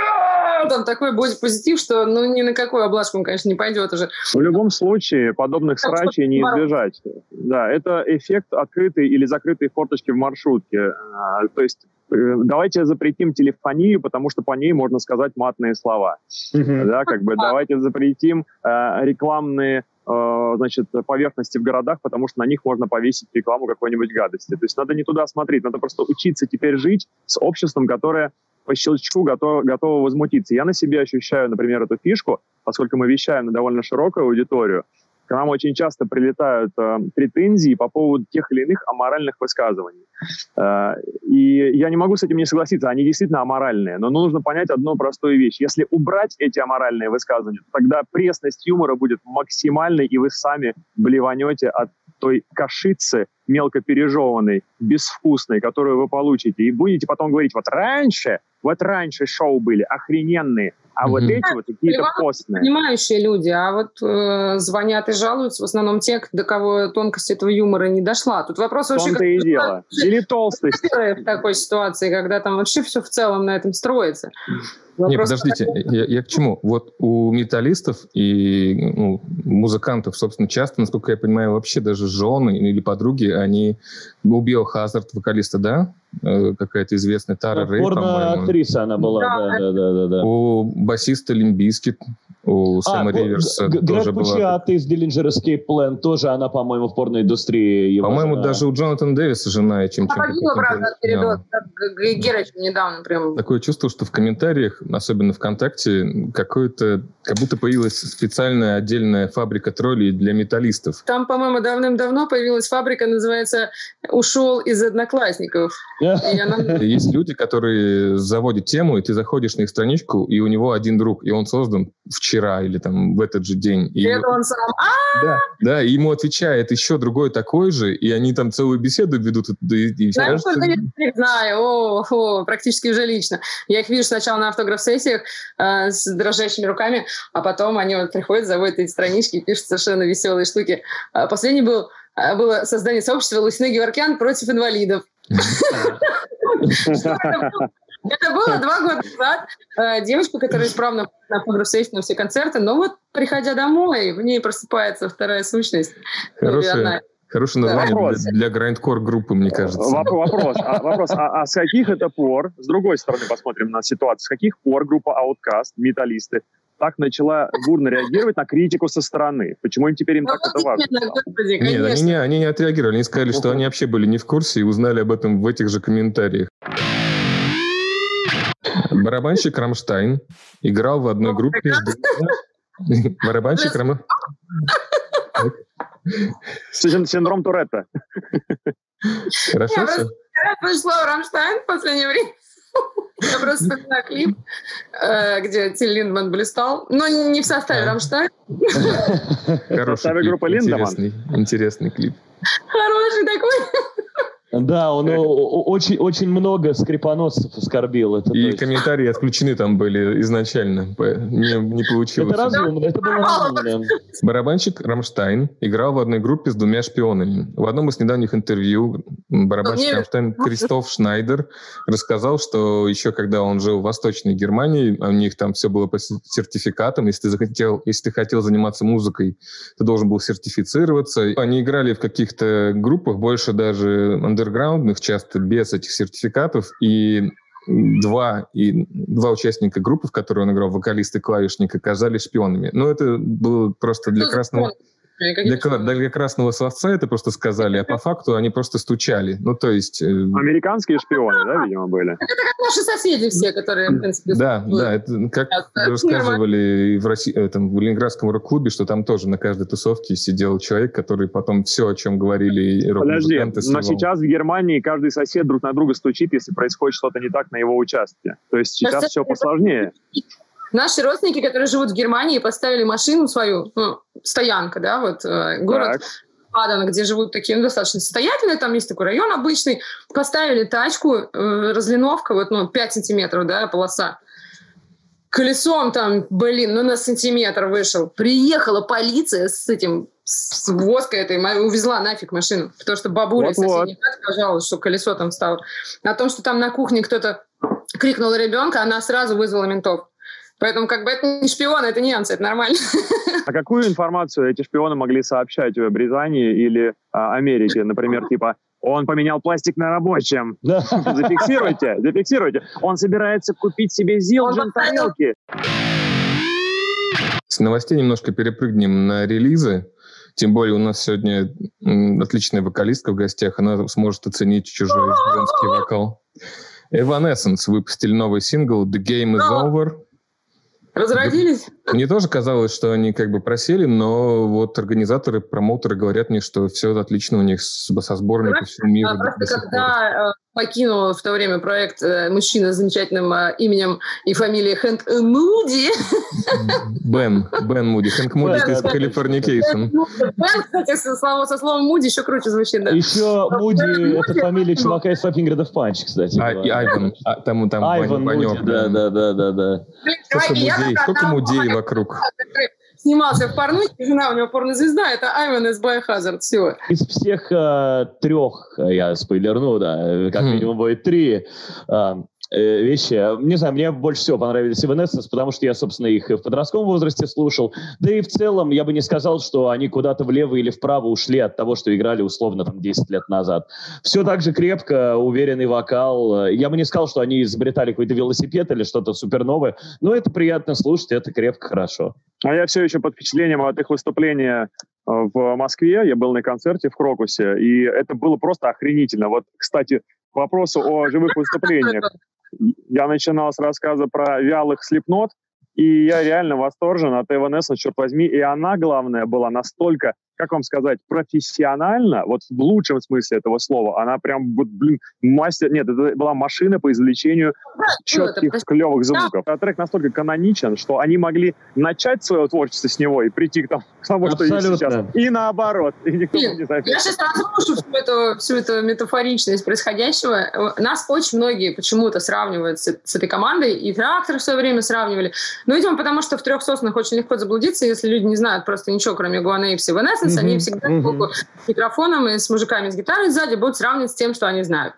Speaker 2: там такой бодипозитив, что ну ни на какую обложку он, конечно, не пойдет уже.
Speaker 3: В любом случае подобных срачей не избежать. Да, это эффект открытой или закрытой форточки в маршрутке. То есть давайте запретим телефонию, потому что по ней можно сказать матные слова. Mm-hmm. Да, как бы давайте запретим э, рекламные э, значит, поверхности в городах, потому что на них можно повесить рекламу какой-нибудь гадости. То есть надо не туда смотреть, надо просто учиться теперь жить с обществом, которое по щелчку готово, готово возмутиться. Я на себе ощущаю, например, эту фишку, поскольку мы вещаем на довольно широкую аудиторию. К нам очень часто прилетают э, претензии по поводу тех или иных аморальных высказываний. Э, и я не могу с этим не согласиться, они действительно аморальные. Но нужно понять одну простую вещь. Если убрать эти аморальные высказывания, тогда пресность юмора будет максимальной, и вы сами блеванете от той кашицы мелко пережеванной, безвкусной, которую вы получите. И будете потом говорить, вот раньше, вот раньше шоу были охрененные, а mm-hmm. вот эти вот какие-то постные.
Speaker 2: Понимающие люди, а вот э, звонят и жалуются в основном те, до кого тонкость этого юмора не дошла. Тут вопрос вообще...
Speaker 3: В-то и дело. Или толстость.
Speaker 2: В такой ситуации, когда там вообще все в целом на этом строится.
Speaker 1: Не, подождите, я, я к чему? Вот у металлистов и ну, музыкантов, собственно, часто, насколько я понимаю, вообще даже жены или подруги, они... У Biohazard вокалиста, да? Э, какая-то известная Тара Рэй, по-моему.
Speaker 4: Порно-актриса она была, да, да, да, да, да.
Speaker 1: У басиста Limp Bizkit, у Сэма
Speaker 4: а,
Speaker 1: Риверса
Speaker 4: г-
Speaker 1: тоже
Speaker 4: Грег
Speaker 1: была.
Speaker 4: Пучиат из Dillinger Escape Plan, тоже она, по-моему, в порноиндустрии.
Speaker 1: По-моему,
Speaker 4: жена.
Speaker 1: даже у Джонатана Дэвиса жена чем
Speaker 2: а погибла, правда, от передоз. Герыч недавно прям.
Speaker 1: Такое чувство, что в комментариях, особенно ВКонтакте, какое-то, как будто появилась специальная отдельная фабрика троллей для металлистов.
Speaker 2: Там, по-моему, давным-давно появилась фабрика, называется «Ушел из одноклассников».
Speaker 1: Есть люди, которые заводят тему, и ты заходишь на их страничку, и у него один друг, и он создан вчера или там в этот же день. И
Speaker 2: это он сам.
Speaker 1: Да, да, и ему отвечает еще другой такой же, и они там целую беседу ведут. И
Speaker 2: Знаешь, сколько я их знаю? О, о, практически уже лично. Я их вижу сначала на автограф-сессиях э, с дрожащими руками, а потом они вот приходят, заводят эти странички и пишут совершенно веселые штуки. А последний был, было создание сообщества Лусиной Геворкян против инвалидов. Это было два года назад. Девочка, которая исправно на автограф-сессии на все концерты, но вот, приходя домой, в ней просыпается вторая сущность.
Speaker 1: Хорошая. Хорошее название да. для, для грайндкор-группы, мне кажется.
Speaker 3: Вопрос, а, вопрос а, а с каких это пор, с другой стороны посмотрим на ситуацию, с каких пор группа Outcast, металлисты, так начала бурно реагировать на критику со стороны? Почему им теперь им ну, так это важно?
Speaker 1: Господи, Нет, они не, они не отреагировали, они сказали, что они вообще были не в курсе и узнали об этом в этих же комментариях. Барабанщик Рамштайн играл в одной группе. Барабанщик Рамштайн...
Speaker 3: Синдром Туретта.
Speaker 1: Хорошо все?
Speaker 2: Я пришла в Рамштайн в последнее время. Я просто вспоминаю клип, где Тиль Линдеманн блистал. Но не в составе Рамштайн.
Speaker 1: В составе группы Линдеманн. Интересный клип.
Speaker 2: Хороший такой.
Speaker 4: Да, он очень, очень много скрипоносцев оскорбил. Это
Speaker 1: и
Speaker 4: точно.
Speaker 1: комментарии отключены там были изначально. Не, не получилось.
Speaker 4: Это разумно, это было разумно.
Speaker 1: Барабанщик Рамштайн играл в одной группе с двумя шпионами. В одном из недавних интервью барабанщик Рамштайн Кристоф Шнайдер рассказал, что еще когда он жил в Восточной Германии, у них там все было по сертификатам. Если ты захотел, если ты хотел заниматься музыкой, ты должен был сертифицироваться. Они играли в каких-то группах, больше даже андерграундных, часто без этих сертификатов. И два, и два участника группы, в которой он играл, вокалист и клавишник, оказались шпионами. Но это было просто для красного... Для, для красного словца это просто сказали, а по факту они просто стучали. Ну, то есть... Э...
Speaker 3: Американские шпионы, да, видимо, были?
Speaker 2: Это как наши соседи все, которые, в принципе...
Speaker 1: Да, да, это как это рассказывали в, России, там, в Ленинградском рок-клубе, что там тоже на каждой тусовке сидел человек, который потом все, о чем говорили рок-музыканты...
Speaker 3: Подожди, но сейчас в Германии каждый сосед друг на друга стучит, если происходит что-то не так на его участке. То есть сейчас все посложнее.
Speaker 2: Наши родственники, которые живут в Германии, поставили машину свою, ну, стоянка, да, вот э, город Аден, где живут такие, ну, достаточно состоятельные, там есть такой район обычный, поставили тачку, э, разлиновка, вот, ну, пять сантиметров, да, полоса. Колесом там, блин, ну, на сантиметр вышел. Приехала полиция с этим, с воской этой, увезла нафиг машину, потому что бабуля из соседней хаты пожаловалась, что колесо там стало. О том, что там на кухне кто-то крикнул ребенка, она сразу вызвала ментов. Поэтому как бы это не шпионы, это немцы, это нормально.
Speaker 3: А какую информацию эти шпионы могли сообщать в Британии или а, Америке? Например, типа, он поменял пластик на рабочем. Зафиксируйте, зафиксируйте. Он собирается купить себе Зилджин тарелки.
Speaker 1: С новостей немножко перепрыгнем на релизы. Тем более у нас сегодня отличная вокалистка в гостях. Она сможет оценить чужой женский вокал. Evanescence выпустили новый сингл «The Game is Over».
Speaker 2: Разродились?
Speaker 1: Мне тоже казалось, что они как бы просели, но вот организаторы, промоутеры говорят мне, что все отлично у них с, со сборами по всему миру.
Speaker 2: А просто когда э, покинул в то время проект э, мужчина с замечательным э, именем и фамилией Хэнк Муди.
Speaker 1: Бен, Бен Муди. Хэнк Муди из Californication.
Speaker 2: Бен, кстати, со словом, со словом Муди еще круче звучит, да.
Speaker 4: Еще Муди — это фамилия чувака из Fucking Red of Punch, кстати.
Speaker 1: А, и Айван. А, там, там
Speaker 4: Айван Муди, да, да, да, да, да.
Speaker 1: Сколько мудей, сколько мудей вокруг.
Speaker 2: Снимался в порнухе, жена у него порнозвезда, это Айван из Biohazard, все.
Speaker 4: Из всех э, трех, я спойлерну, да, как минимум будет три э, вещи. Не знаю, мне больше всего понравились Evanescence, потому что я, собственно, их и в подростковом возрасте слушал. Да и в целом я бы не сказал, что они куда-то влево или вправо ушли от того, что играли условно там десять лет назад. Все так же крепко, уверенный вокал. Я бы не сказал, что они изобретали какой-то велосипед или что-то суперновое, но это приятно слушать, это крепко, хорошо.
Speaker 3: А я все еще под впечатлением от их выступления в Москве. Я был на концерте в Крокусе, и это было просто охренительно. Вот, кстати, к вопросу о живых выступлениях. Я начинал с рассказа про вялых Slipknot, и я реально восторжен от Evanescence, черт возьми. И она, главное, была настолько, как вам сказать, профессионально, вот в лучшем смысле этого слова. Она прям, вот, блин, мастер... Нет, это была машина по извлечению четких, клевых звуков. А трек настолько каноничен, что они могли начать свое творчество с него и прийти к тому, к тому что есть сейчас. И наоборот. И никто
Speaker 2: Блин, не знает. Я сейчас разрушу всю эту, всю эту метафоричность происходящего. Нас очень многие почему-то сравнивают с, с этой командой, и Трактор в свое время сравнивали. Ну, видимо, потому что в трех соснах очень легко заблудиться, если люди не знают просто ничего, кроме Guan Apes и Evanescence, mm-hmm. они всегда mm-hmm. с микрофоном и с мужиками с гитарой сзади будут сравнивать с тем, что они знают.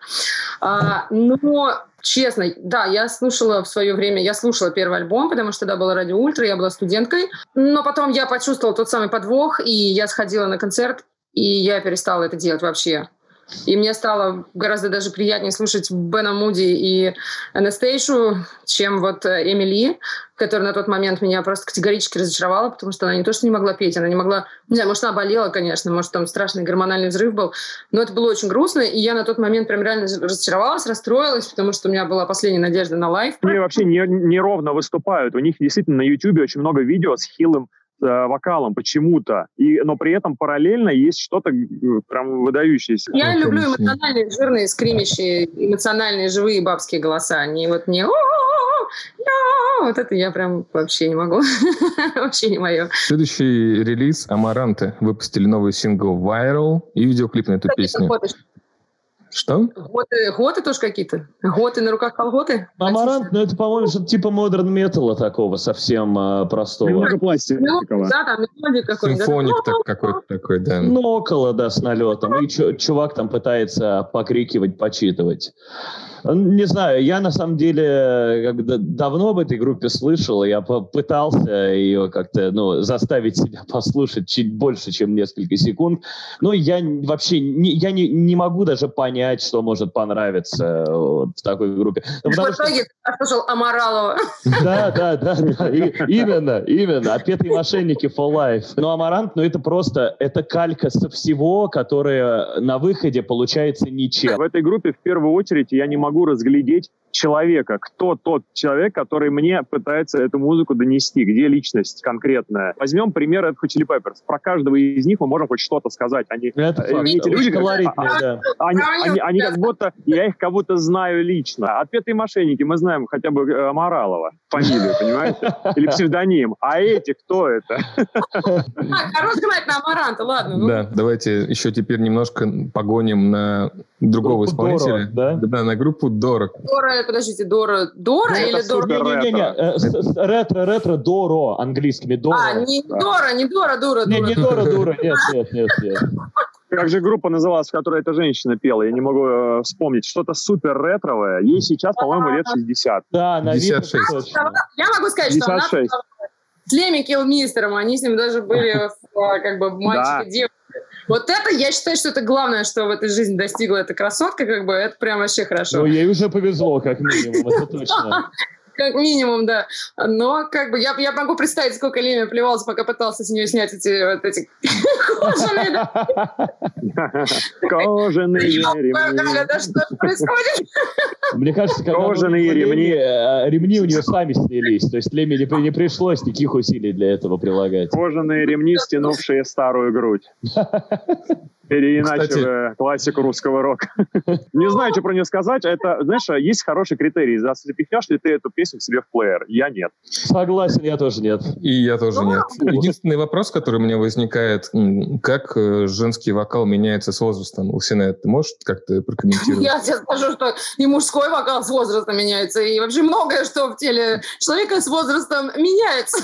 Speaker 2: А, но, честно, да, я слушала в свое время, я слушала первый альбом, потому что тогда было Радио Ультра, я была студенткой, но потом я почувствовала тот самый подвох, и я сходила на концерт, и я перестала это делать вообще. И мне стало гораздо даже приятнее слушать Бена Муди и Анастейшу, чем вот Эмили, которая на тот момент меня просто категорически разочаровала, потому что она не то что не могла петь, она не могла... Не знаю, может, она болела, конечно, может, там страшный гормональный взрыв был, но это было очень грустно, и я на тот момент прям реально разочаровалась, расстроилась, потому что у меня была последняя надежда на лайв.
Speaker 3: Они вообще неровно не выступают. У них действительно на Ютубе очень много видео с хилым вокалом почему-то, и, но при этом параллельно есть что-то прям выдающееся.
Speaker 2: Я люблю эмоциональные, жирные, скримящие, эмоциональные, живые бабские голоса. Они вот не вот это я прям вообще не могу. Вообще не мое.
Speaker 1: Следующий релиз Амаранте выпустили новый сингл Viral и видеоклип на эту песню. Что?
Speaker 2: Готы, готы тоже какие-то? Готы на руках колготы?
Speaker 4: Амарант, ну это, по-моему, что-то типа модерн металла такого, совсем э, простого.
Speaker 3: Немного пластикового.
Speaker 2: Да, там мелодия какой-нибудь.
Speaker 1: Симфоник так, какой-то такой, да.
Speaker 4: Ну, около, да, с налетом. И чу- чувак там пытается покрикивать, почитывать. Не знаю, я на самом деле когда давно об этой группе слышал, я попытался ее как-то, ну, заставить себя послушать чуть больше, чем несколько секунд. Но я вообще не, я не, не могу даже понять, что может понравиться вот в такой группе. Ну,
Speaker 2: в итоге
Speaker 4: что...
Speaker 2: ты послушал Амаралова.
Speaker 4: Да, да, да, да. И, именно, именно. Отпетые мошенники for life. Но Амарант, ну это просто, это калька со всего, которое на выходе получается ничем.
Speaker 3: В этой группе в первую очередь я не могу разглядеть человека. Кто тот человек, который мне пытается эту музыку донести? Где личность конкретная? Возьмем пример Red Hot Chili Peppers. Про каждого из них мы можем хоть что-то сказать. Они,
Speaker 4: Это факт.
Speaker 3: эти люди,
Speaker 4: колоритные,
Speaker 3: а,
Speaker 4: да.
Speaker 3: Они, они, они как будто, я их как будто знаю лично. Отпетые мошенники, мы знаем хотя бы э, Амаралова, фамилию, понимаете? Или псевдоним. А эти кто это?
Speaker 2: Хорош знать на Амаранта, ладно.
Speaker 1: Да, давайте еще теперь немножко погоним на другого
Speaker 4: Группу
Speaker 1: исполнителя.
Speaker 4: Доро, да?
Speaker 1: Да, на группу Доро.
Speaker 2: Дора, подождите, Дора, Дора
Speaker 3: Ну,
Speaker 2: или
Speaker 3: это
Speaker 2: Дора?
Speaker 3: супер.
Speaker 4: Не-не-не, ретро, ретро, Доро, английскими, Доро.
Speaker 2: А, не Дора, не Дора, Дура,
Speaker 4: Не,
Speaker 2: Дура.
Speaker 4: не Доро, Дура, нет, нет, нет, нет.
Speaker 3: Как же группа называлась, в которой эта женщина пела? Я не могу э, вспомнить. Что-то супер ретровое. Ей сейчас, по-моему, лет шестьдесят.
Speaker 4: Да, на вид
Speaker 1: пятьдесят шесть.
Speaker 4: точно.
Speaker 2: Я могу сказать, что она
Speaker 3: пятьдесят шесть.
Speaker 2: с Леми Киллмистером, они с ним даже были в, как бы мальчик и девочка. Вот это, я считаю, что это главное, что в этой жизни достигла эта красотка, как бы, это прям вообще хорошо.
Speaker 4: Ну, ей уже повезло, как минимум, это точно.
Speaker 2: Как минимум, да. Но как бы я, я могу представить, сколько Леми плевался, пока пытался с нее снять эти вот эти кожаные...
Speaker 3: Кожаные ремни.
Speaker 2: Да что происходит?
Speaker 4: Мне кажется, когда
Speaker 3: Кожаные
Speaker 4: Леми,
Speaker 3: ремни.
Speaker 4: э, ремни у нее сами снялись. То есть Леми не, при- не пришлось никаких усилий для этого прилагать.
Speaker 3: Кожаные ремни, стянувшие старую грудь. Переиначивая классику русского рока. Не знаю, что про нее сказать. Это, знаешь, есть хороший критерий. Запихнешь ли ты эту песню себе в плеер? Я нет.
Speaker 4: Согласен, я тоже нет.
Speaker 1: И я тоже нет. Единственный вопрос, который у меня возникает, м, как э, женский вокал меняется с возрастом? Лусинет, ты можешь как-то прокомментировать?
Speaker 2: Я тебе скажу, что и мужской вокал с возрастом меняется, и вообще многое, что в теле человека с возрастом меняется.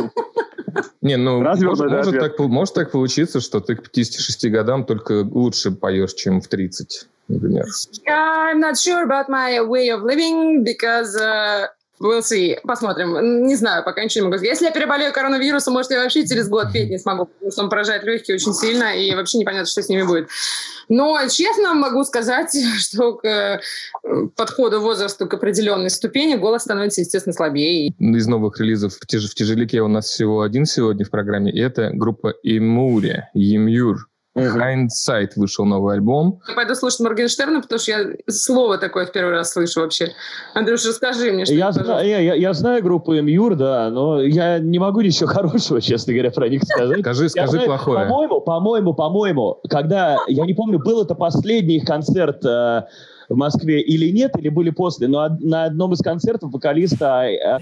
Speaker 1: Не, ну,
Speaker 3: Разве
Speaker 1: может,
Speaker 3: это
Speaker 1: может,
Speaker 3: ответ?
Speaker 1: так, может так получиться, что ты к пятидесяти шести годам только лучше поешь, чем в тридцать, например.
Speaker 2: I'm not sure about my way of living, because uh, we'll see. Посмотрим. Не знаю, пока ничего не могу сказать. Если я переболею коронавирусом, может, я вообще через год петь не смогу, потому что он поражает легкие очень сильно, и вообще непонятно, что с ними будет. Но честно могу сказать, что к э, подходу возраста к определенной ступени голос становится, естественно, слабее.
Speaker 1: Из новых релизов в, тяж- в тяжелике у нас всего один сегодня в программе, и это группа Емуре, Емюр. Hindsight вышел новый альбом.
Speaker 2: Я пойду слушать Моргенштерна, потому что я слово такое в первый раз слышу вообще. Андрюш, расскажи мне, что
Speaker 4: Я,
Speaker 2: это,
Speaker 4: зна- я, я, я знаю группу Эмюр, да, но я не могу ничего хорошего, честно говоря, про них сказать.
Speaker 1: Скажи,
Speaker 4: Я
Speaker 1: скажи
Speaker 4: знаю,
Speaker 1: плохое.
Speaker 4: По-моему, по-моему, по-моему, когда, я не помню, был это последний их концерт э, в Москве или нет, или были после, но од- на одном из концертов вокалиста э,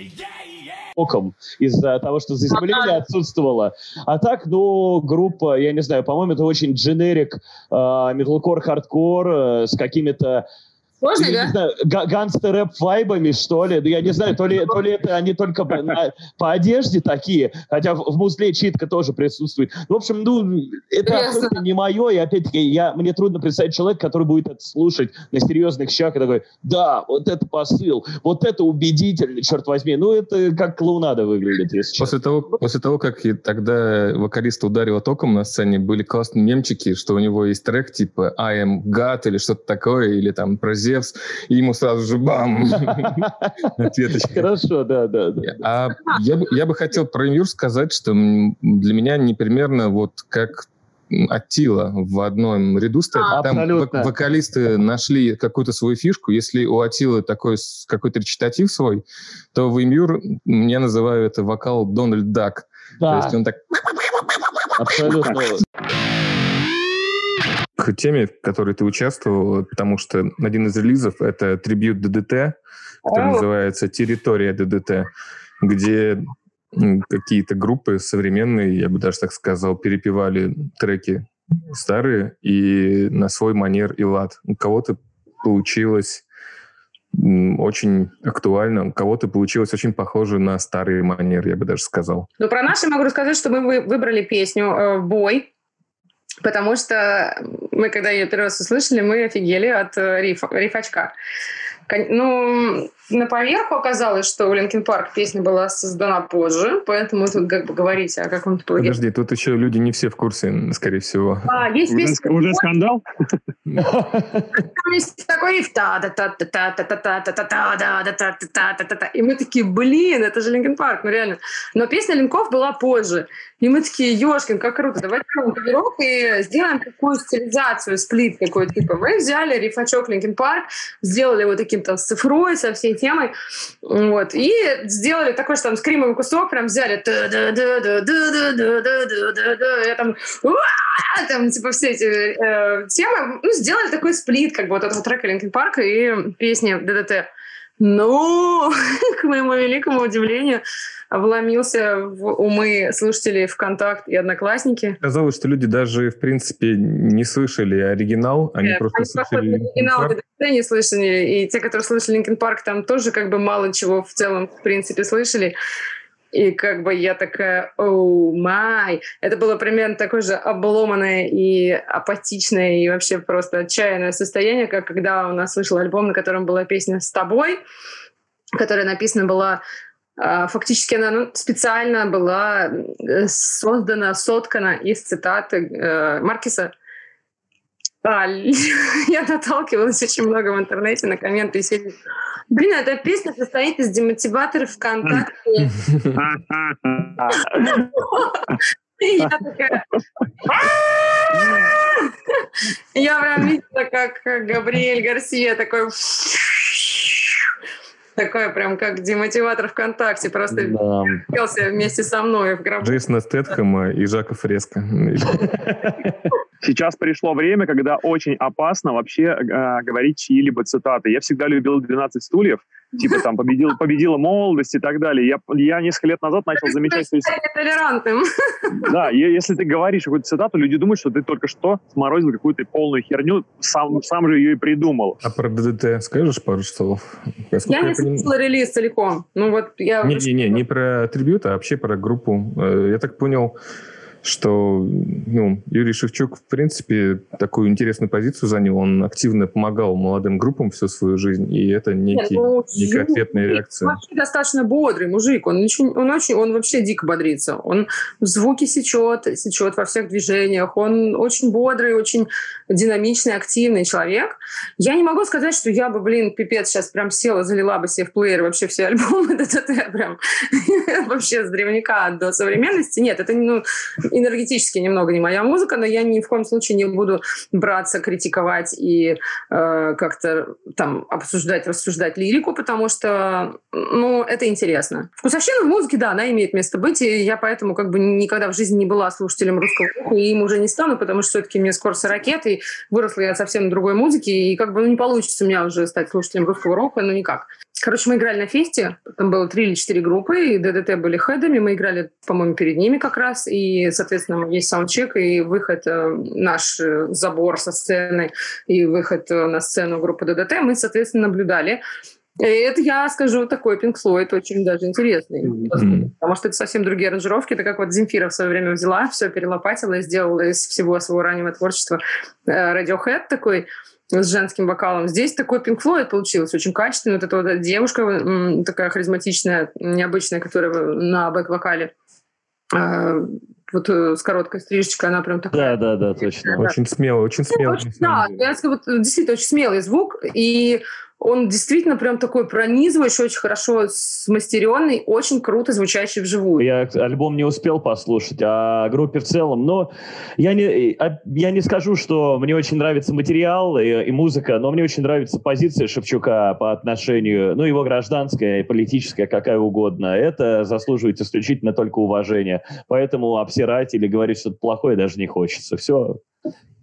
Speaker 4: оком из-за того, что заземление отсутствовало. А так, ну, группа, я не знаю, по-моему, это очень дженерик металкор, хардкор с какими-то
Speaker 2: сложно,
Speaker 4: я
Speaker 2: да?
Speaker 4: не знаю, га- гангстер-рэп-вайбами, что ли. Я не знаю, то ли, то ли это они только по, на- по одежде такие, хотя в, в музле читка тоже присутствует. В общем, ну, это
Speaker 2: Ясно.
Speaker 4: абсолютно не мое, и опять-таки я, мне трудно представить человека, который будет это слушать на серьезных щах и такой, да, вот это посыл, вот это убедительно, черт возьми. Ну, это как клоунада выглядит, если честно.
Speaker 1: После того, после того, как и тогда вокалиста ударило током на сцене, были классные мемчики, что у него есть трек типа I am God или что-то такое, или там про Зевс, и ему сразу же бам! Ответочка.
Speaker 4: Хорошо, да, да, да.
Speaker 1: А я бы, я бы хотел про Емюр сказать, что м, для меня непримерно вот как Аттила в одном ряду стоит.
Speaker 2: А,
Speaker 1: Там
Speaker 4: абсолютно.
Speaker 1: вок- вокалисты нашли какую-то свою фишку. Если у Аттилы такой с- какой-то речитатив свой, то в Емюр я называю это вокал Дональд Дак. То
Speaker 4: Да,
Speaker 1: есть он так...
Speaker 4: абсолютно.
Speaker 1: К теме, в которой ты участвовал, потому что один из релизов — это трибьют ДДТ, который
Speaker 2: О.
Speaker 1: называется «Территория ДДТ», где м, какие-то группы современные, я бы даже так сказал, перепевали треки старые и на свой манер и лад. У кого-то получилось очень актуально, у кого-то получилось очень похоже на старые манеры, я бы даже сказал.
Speaker 2: Ну, про наши могу рассказать, что мы выбрали песню э, «Бой», потому что мы, когда ее первый раз услышали, мы офигели от э, рифа, рифачка. Ну, на поверху оказалось, что у Linkin Park песня была создана позже, поэтому тут как бы говорите о каком-то плагиате.
Speaker 1: Подожди, тут еще люди не все в курсе, скорее всего.
Speaker 2: А, есть
Speaker 3: Уже,
Speaker 2: песня...
Speaker 3: уже скандал?
Speaker 2: Там есть такой риф. И мы такие, блин, это же Linkin Park, ну реально. Но песня Линков была позже. И мы такие, ёшкин, как круто, давайте сделаем каверок и сделаем такую стилизацию, сплит какой-то. Типа мы взяли рифачок Linkin Park, сделали его таким там с цифрой, со всей темой, вот, и сделали такой же там скримовый кусок, прям взяли я там, там типа все эти э, темы, ну, сделали такой сплит, как бы вот этого трека Linkin Park и песни ДДТ. Но, к моему великому удивлению, вломился в умы слушателей ВКонтакт и Одноклассники.
Speaker 1: Казалось, что люди даже, в принципе, не слышали оригинал, они
Speaker 2: Нет,
Speaker 1: просто
Speaker 2: они
Speaker 1: слышали
Speaker 2: оригинал ДДТ не слышали, и те, которые слышали Linkin Park, там тоже как бы мало чего в целом, в принципе, слышали. И как бы я такая, оу, май. Это было примерно такое же обломанное и апатичное, и вообще просто отчаянное состояние, как когда у нас вышел альбом, на котором была песня «С тобой», которая написана была, фактически она специально была создана, соткана из цитаты Маркеса. А, я наталкивалась очень много в интернете на комменты и сидела. Блин, эта песня состоит из демотиваторов ВКонтакте. И я такая... Я прям видела, как Габриэль Гарсия такой... Такой прям как демотиватор ВКонтакте. Просто пелся вместе со мной в гробу.
Speaker 1: Джейсона Стэтхэма и Жака Фреско.
Speaker 3: Сейчас пришло время, когда очень опасно вообще э, говорить чьи-либо цитаты. Я всегда любил «двенадцать стульев», типа там победил, победила молодость и так далее. Я, я несколько лет назад начал замечать... Что если,
Speaker 2: толерантным.
Speaker 3: Да, если ты говоришь какую-то цитату, люди думают, что ты только что сморозил какую-то полную херню, сам, сам же ее и придумал.
Speaker 1: А про ДДТ скажешь пару слов?
Speaker 2: Насколько я не слушала поним... релиз целиком. Ну, вот я...
Speaker 1: Не-не-не, не про трибют, а вообще про группу. Я так понял, что ну, Юрий Шевчук, в принципе, такую интересную позицию занял. Он активно помогал молодым группам всю свою жизнь, и это некий, Нет, ну, некая ответная реакция.
Speaker 2: Он вообще достаточно бодрый мужик. Он, ничего, он, очень, он вообще дико бодрится. Он звуки сечет, сечет во всех движениях. Он очень бодрый, очень динамичный, активный человек. Я не могу сказать, что я бы, блин, пипец, сейчас прям села, залила бы себе в плеер вообще все альбомы ДДТ прям вообще с древняка до современности. Нет, это ну, энергетически немного не моя музыка, но я ни в коем случае не буду браться, критиковать и э, как-то там обсуждать, рассуждать лирику, потому что, ну, это интересно. Вкусовщина в музыке, да, она имеет место быть, и я поэтому как бы никогда в жизни не была слушателем русского рока, и им уже не стану, потому что все-таки мне скоро сорок лет, и выросла я совсем на другой музыке, и как бы ну, не получится у меня уже стать слушателем русского рока, ну никак. Короче, мы играли на фесте, там было три или четыре группы, и ДДТ были хедами, мы играли, по-моему, перед ними как раз, и, соответственно, есть саундчек, и выход, наш забор со сцены, и выход на сцену группы ДДТ, мы, соответственно, наблюдали. И это, я скажу, такой Pink Floyd очень даже интересный, mm-hmm. потому что это совсем другие аранжировки, это как вот Земфира в свое время взяла, все перелопатила и сделала из всего своего раннего творчества Radiohead такой, с женским вокалом. Здесь такой Pink Floyd получился, очень качественный. Вот эта вот девушка м, такая харизматичная, необычная, которая на бэк-вокале э, вот э, с короткой стрижечкой, она прям такая...
Speaker 4: Да, да, да, точно.
Speaker 1: Да. Очень смело, очень смело.
Speaker 2: Очень, да, я скажу, вот, действительно очень смелый звук, и он действительно прям такой пронизывающий, очень хорошо смастеренный, очень круто звучащий вживую.
Speaker 4: Я альбом не успел послушать, а о группе в целом, но я не, я не скажу, что мне очень нравится материал и, и музыка, но мне очень нравится позиция Шевчука по отношению, ну, его гражданская и политическая, какая угодно. Это заслуживает исключительно только уважения. Поэтому обсирать или говорить что-то плохое даже не хочется. Все.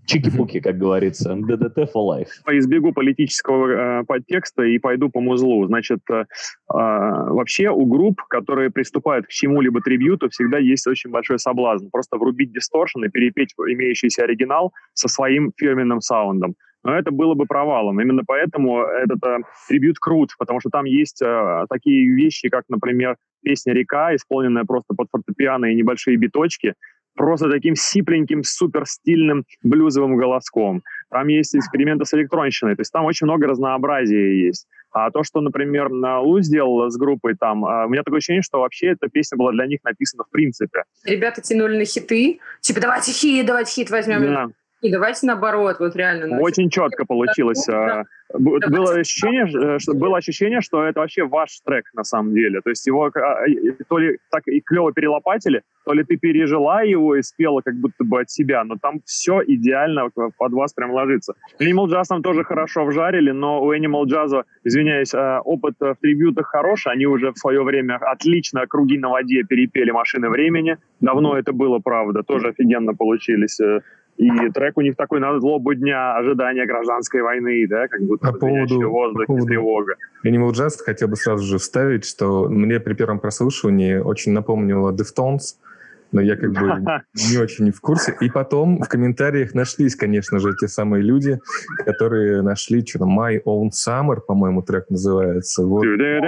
Speaker 4: Чики-пуки, как говорится. ДДТ for life.
Speaker 3: Избегу политического э, подтекста и пойду по музлу. Значит, э, э, вообще у групп, которые приступают к чему-либо трибьюту, всегда есть очень большой соблазн. Просто врубить дисторшн и перепеть имеющийся оригинал со своим фирменным саундом. Но это было бы провалом. Именно поэтому этот э, трибьют крут, потому что там есть э, такие вещи, как, например, песня «Река», исполненная просто под фортепиано и небольшие биточки, просто таким сипленьким, суперстильным блюзовым голоском. Там есть эксперименты с электронщиной, то есть там очень много разнообразия есть. А то, что, например, Лу сделала с группой там, у меня такое ощущение, что вообще эта песня была для них написана в принципе.
Speaker 2: Ребята тянули на хиты, типа давайте хит, давайте хит возьмем.
Speaker 3: Да.
Speaker 2: И давайте наоборот, вот реально.
Speaker 3: Очень четко получилось. Да. Было ощущение, что, было ощущение, что это вообще ваш трек на самом деле. То есть его то ли так и клево перелопатили, то ли ты пережила его и спела как будто бы от себя, но там все идеально под вас прям ложится. Animal Jazz там тоже хорошо вжарили, но у Animal Jazz, извиняюсь, опыт в трибьютах хороший. Они уже в свое время отлично «Круги на воде» перепели «Машины времени». Давно это было, правда. Тоже офигенно получились. И трек у них такой на злобу дня, ожидания гражданской войны, да, как будто
Speaker 1: по поводу,
Speaker 3: в воздухе,
Speaker 1: по поводу
Speaker 3: тревога.
Speaker 1: Animal Jazz хотел бы сразу же вставить, что мне при первом прослушивании очень напомнило Deftones, но я как бы не очень в курсе. И потом в комментариях нашлись, конечно же, те самые люди, которые нашли что-то My Own Summer, по-моему, трек называется. Вот.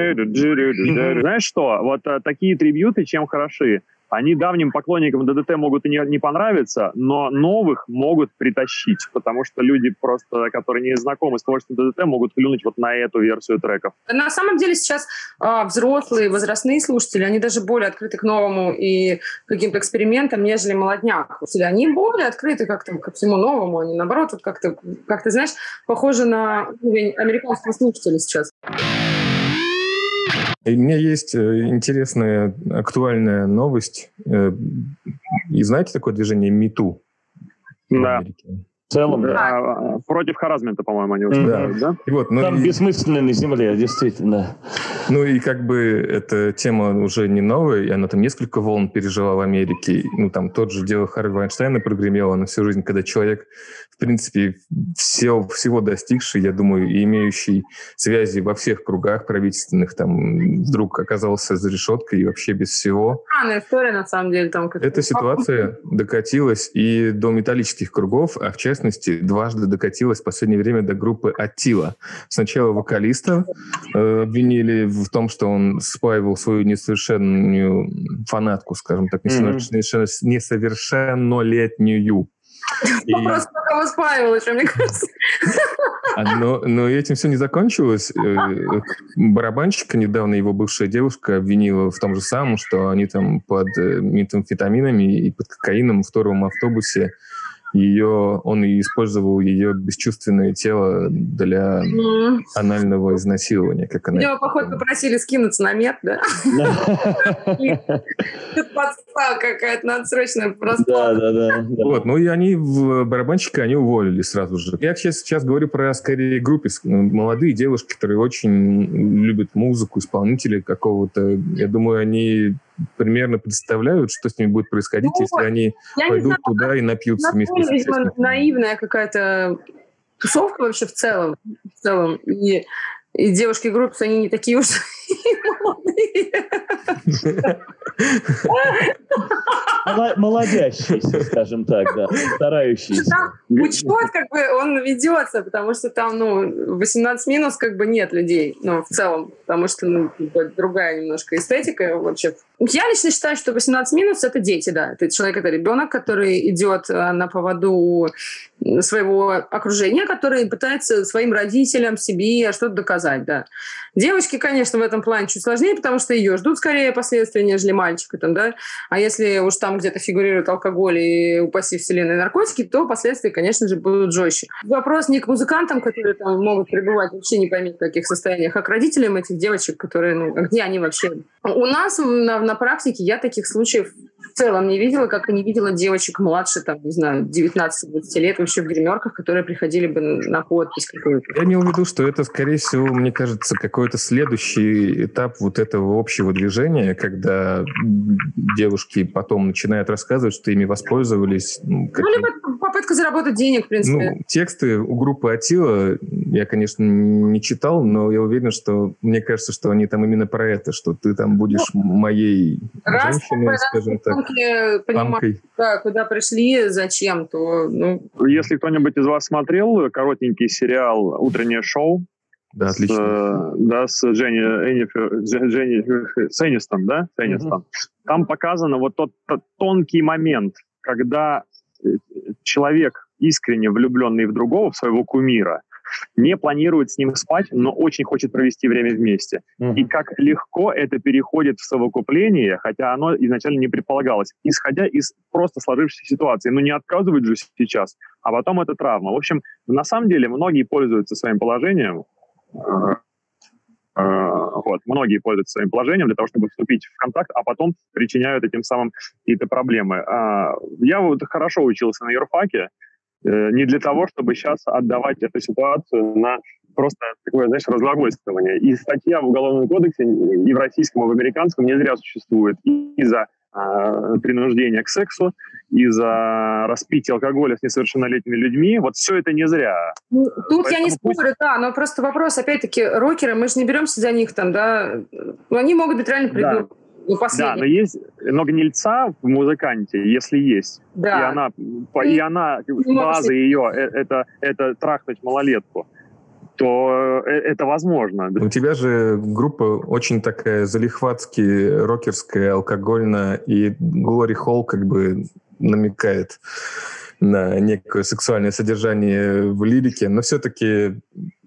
Speaker 3: Знаешь что? Вот а, такие трибьюты чем хороши? Они давним поклонникам ДДТ могут и не, не понравиться, но новых могут притащить, потому что люди просто, которые не знакомы с творчеством ДДТ, могут клюнуть вот на эту версию треков.
Speaker 2: На самом деле сейчас а, взрослые, возрастные слушатели, они даже более открыты к новому и каким-то экспериментам, нежели молодняк. Они более открыты как-то ко всему новому, они наоборот вот как-то, как ты знаешь, похожи на уровень американского слушателя сейчас.
Speaker 1: И у меня есть интересная, актуальная новость. И знаете такое движение MeToo?
Speaker 3: Да.
Speaker 4: В целом, да.
Speaker 3: да. Против харассмента, по-моему, они выступают, да?
Speaker 1: да? И вот, ну,
Speaker 4: там
Speaker 1: и...
Speaker 4: бессмысленно на земле, действительно.
Speaker 1: Ну и как бы эта тема уже не новая, и она там несколько волн пережила в Америке. Ну там тот же дело Харви Вайнштейна прогремело на всю жизнь, когда человек, в принципе, все, всего достигший, я думаю, и имеющий связи во всех кругах правительственных, там вдруг оказался за решеткой и вообще без всего.
Speaker 2: Странная история, на самом деле. Там
Speaker 1: Эта ситуация докатилась и до металлических кругов, а в частности, дважды докатилась в последнее время до группы Аттила. Сначала вокалиста э, обвинили в том, что он спаивал свою несовершенную фанатку, скажем так, несовершеннолетнюю.
Speaker 2: И... Просто кого спаивал еще, мне кажется.
Speaker 1: Но, но этим все не закончилось. Барабанщика недавно его бывшая девушка обвинила в том же самом, что они там под метамфетаминами и под кокаином в втором автобусе ее, он и использовал ее бесчувственное тело для mm. анального изнасилования. Как она
Speaker 2: его, походу, попросили скинуться на мед, да? Тут подстава какая-то, надо срочно расплата.
Speaker 4: Да, да, да.
Speaker 1: Вот, ну и они, барабанщика, они уволили сразу же. Я сейчас, сейчас говорю про, скорее, группы. Молодые девушки, которые очень любят музыку, исполнители какого-то. Я думаю, они примерно представляют, что с ними будет происходить, ну, если они пойдут знаю, туда и напьются вместе с
Speaker 2: видимо, наивная какая-то тусовка вообще в целом. В целом. И, и девушки группы, они не такие уж молодые.
Speaker 4: Молодящиеся, скажем так, да, старающиеся.
Speaker 2: Учет, как бы, он ведется, потому что там, ну, восемнадцать минус, как бы, нет людей, ну, в целом, потому что, ну, другая немножко эстетика вообще. Я лично считаю, что восемнадцать минус — это дети, да, это человек, это ребенок, который идет на поводу своего окружения, который пытается своим родителям, себе что-то доказать, да. Девочки, конечно, в этом плане чуть сложнее, потому что ее ждут скорее последствия, нежели мальчика, там, да. А если уж там где-то фигурирует алкоголь и, упаси вселенной, наркотики, то последствия, конечно же, будут жестче. Вопрос не к музыкантам, которые там могут пребывать вообще не пойми в каких состояниях, а к родителям этих девочек, которые, ну, где они вообще? У нас на, на практике я таких случаев в целом не видела, как и не видела девочек младше, там, не знаю, девятнадцати-двадцати лет вообще в гримерках, которые приходили бы на подпись какую-то.
Speaker 1: Я имел в виду, что это, скорее всего, мне кажется, какой-то следующий этап вот этого общего движения, когда девушки потом начинают рассказывать, что ими воспользовались.
Speaker 2: Ну, ну либо попытка заработать денег, в принципе.
Speaker 1: Ну, тексты у группы Аттила я, конечно, не читал, но я уверен, что мне кажется, что они там именно про это, что ты там будешь ну, моей раз, женщиной, раз, скажем так,
Speaker 2: понимаю, да, куда пришли, зачем, то... Ну...
Speaker 3: Если кто-нибудь из вас смотрел коротенький сериал «Утреннее шоу»,
Speaker 1: да, отлично.
Speaker 3: С, да, с Дженни, Энифер, Дженни, с Энистон, да? С Энистон. Mm-hmm. Там показано вот тот, тот тонкий момент, когда человек, искренне влюбленный в другого, в своего кумира, не планирует с ним спать, но очень хочет провести время вместе. Mm-hmm. И как легко это переходит в совокупление, хотя оно изначально не предполагалось, исходя из просто сложившейся ситуации. Ну, не отказывают же сейчас, а потом это травма. В общем, на самом деле, многие пользуются своим положением, Вот. Многие пользуются своим положением для того, чтобы вступить в контакт, а потом причиняют этим самым какие-то проблемы. Я вот хорошо учился на юрфаке, не для того, чтобы сейчас отдавать эту ситуацию на просто такое, знаешь, разглагольствование. И статья в Уголовном кодексе и в российском, и в американском не зря существует. И за принуждение к сексу, из-за распития алкоголя с несовершеннолетними людьми. Вот все это не зря.
Speaker 2: Ну, тут Поэтому я не спорю, пусть... да, но просто вопрос, опять-таки, рокеры, мы же не беремся за них там, да, но они могут быть реально придумать.
Speaker 3: Да. Ну, да, но есть но гнильца в музыканте, если есть. Да. И она, и, и она база ее, это, это трахнуть малолетку, то это возможно.
Speaker 1: У тебя же группа очень такая залихватски рокерская, алкогольная, и Glory Hall как бы намекает на некое сексуальное содержание в лирике, но все-таки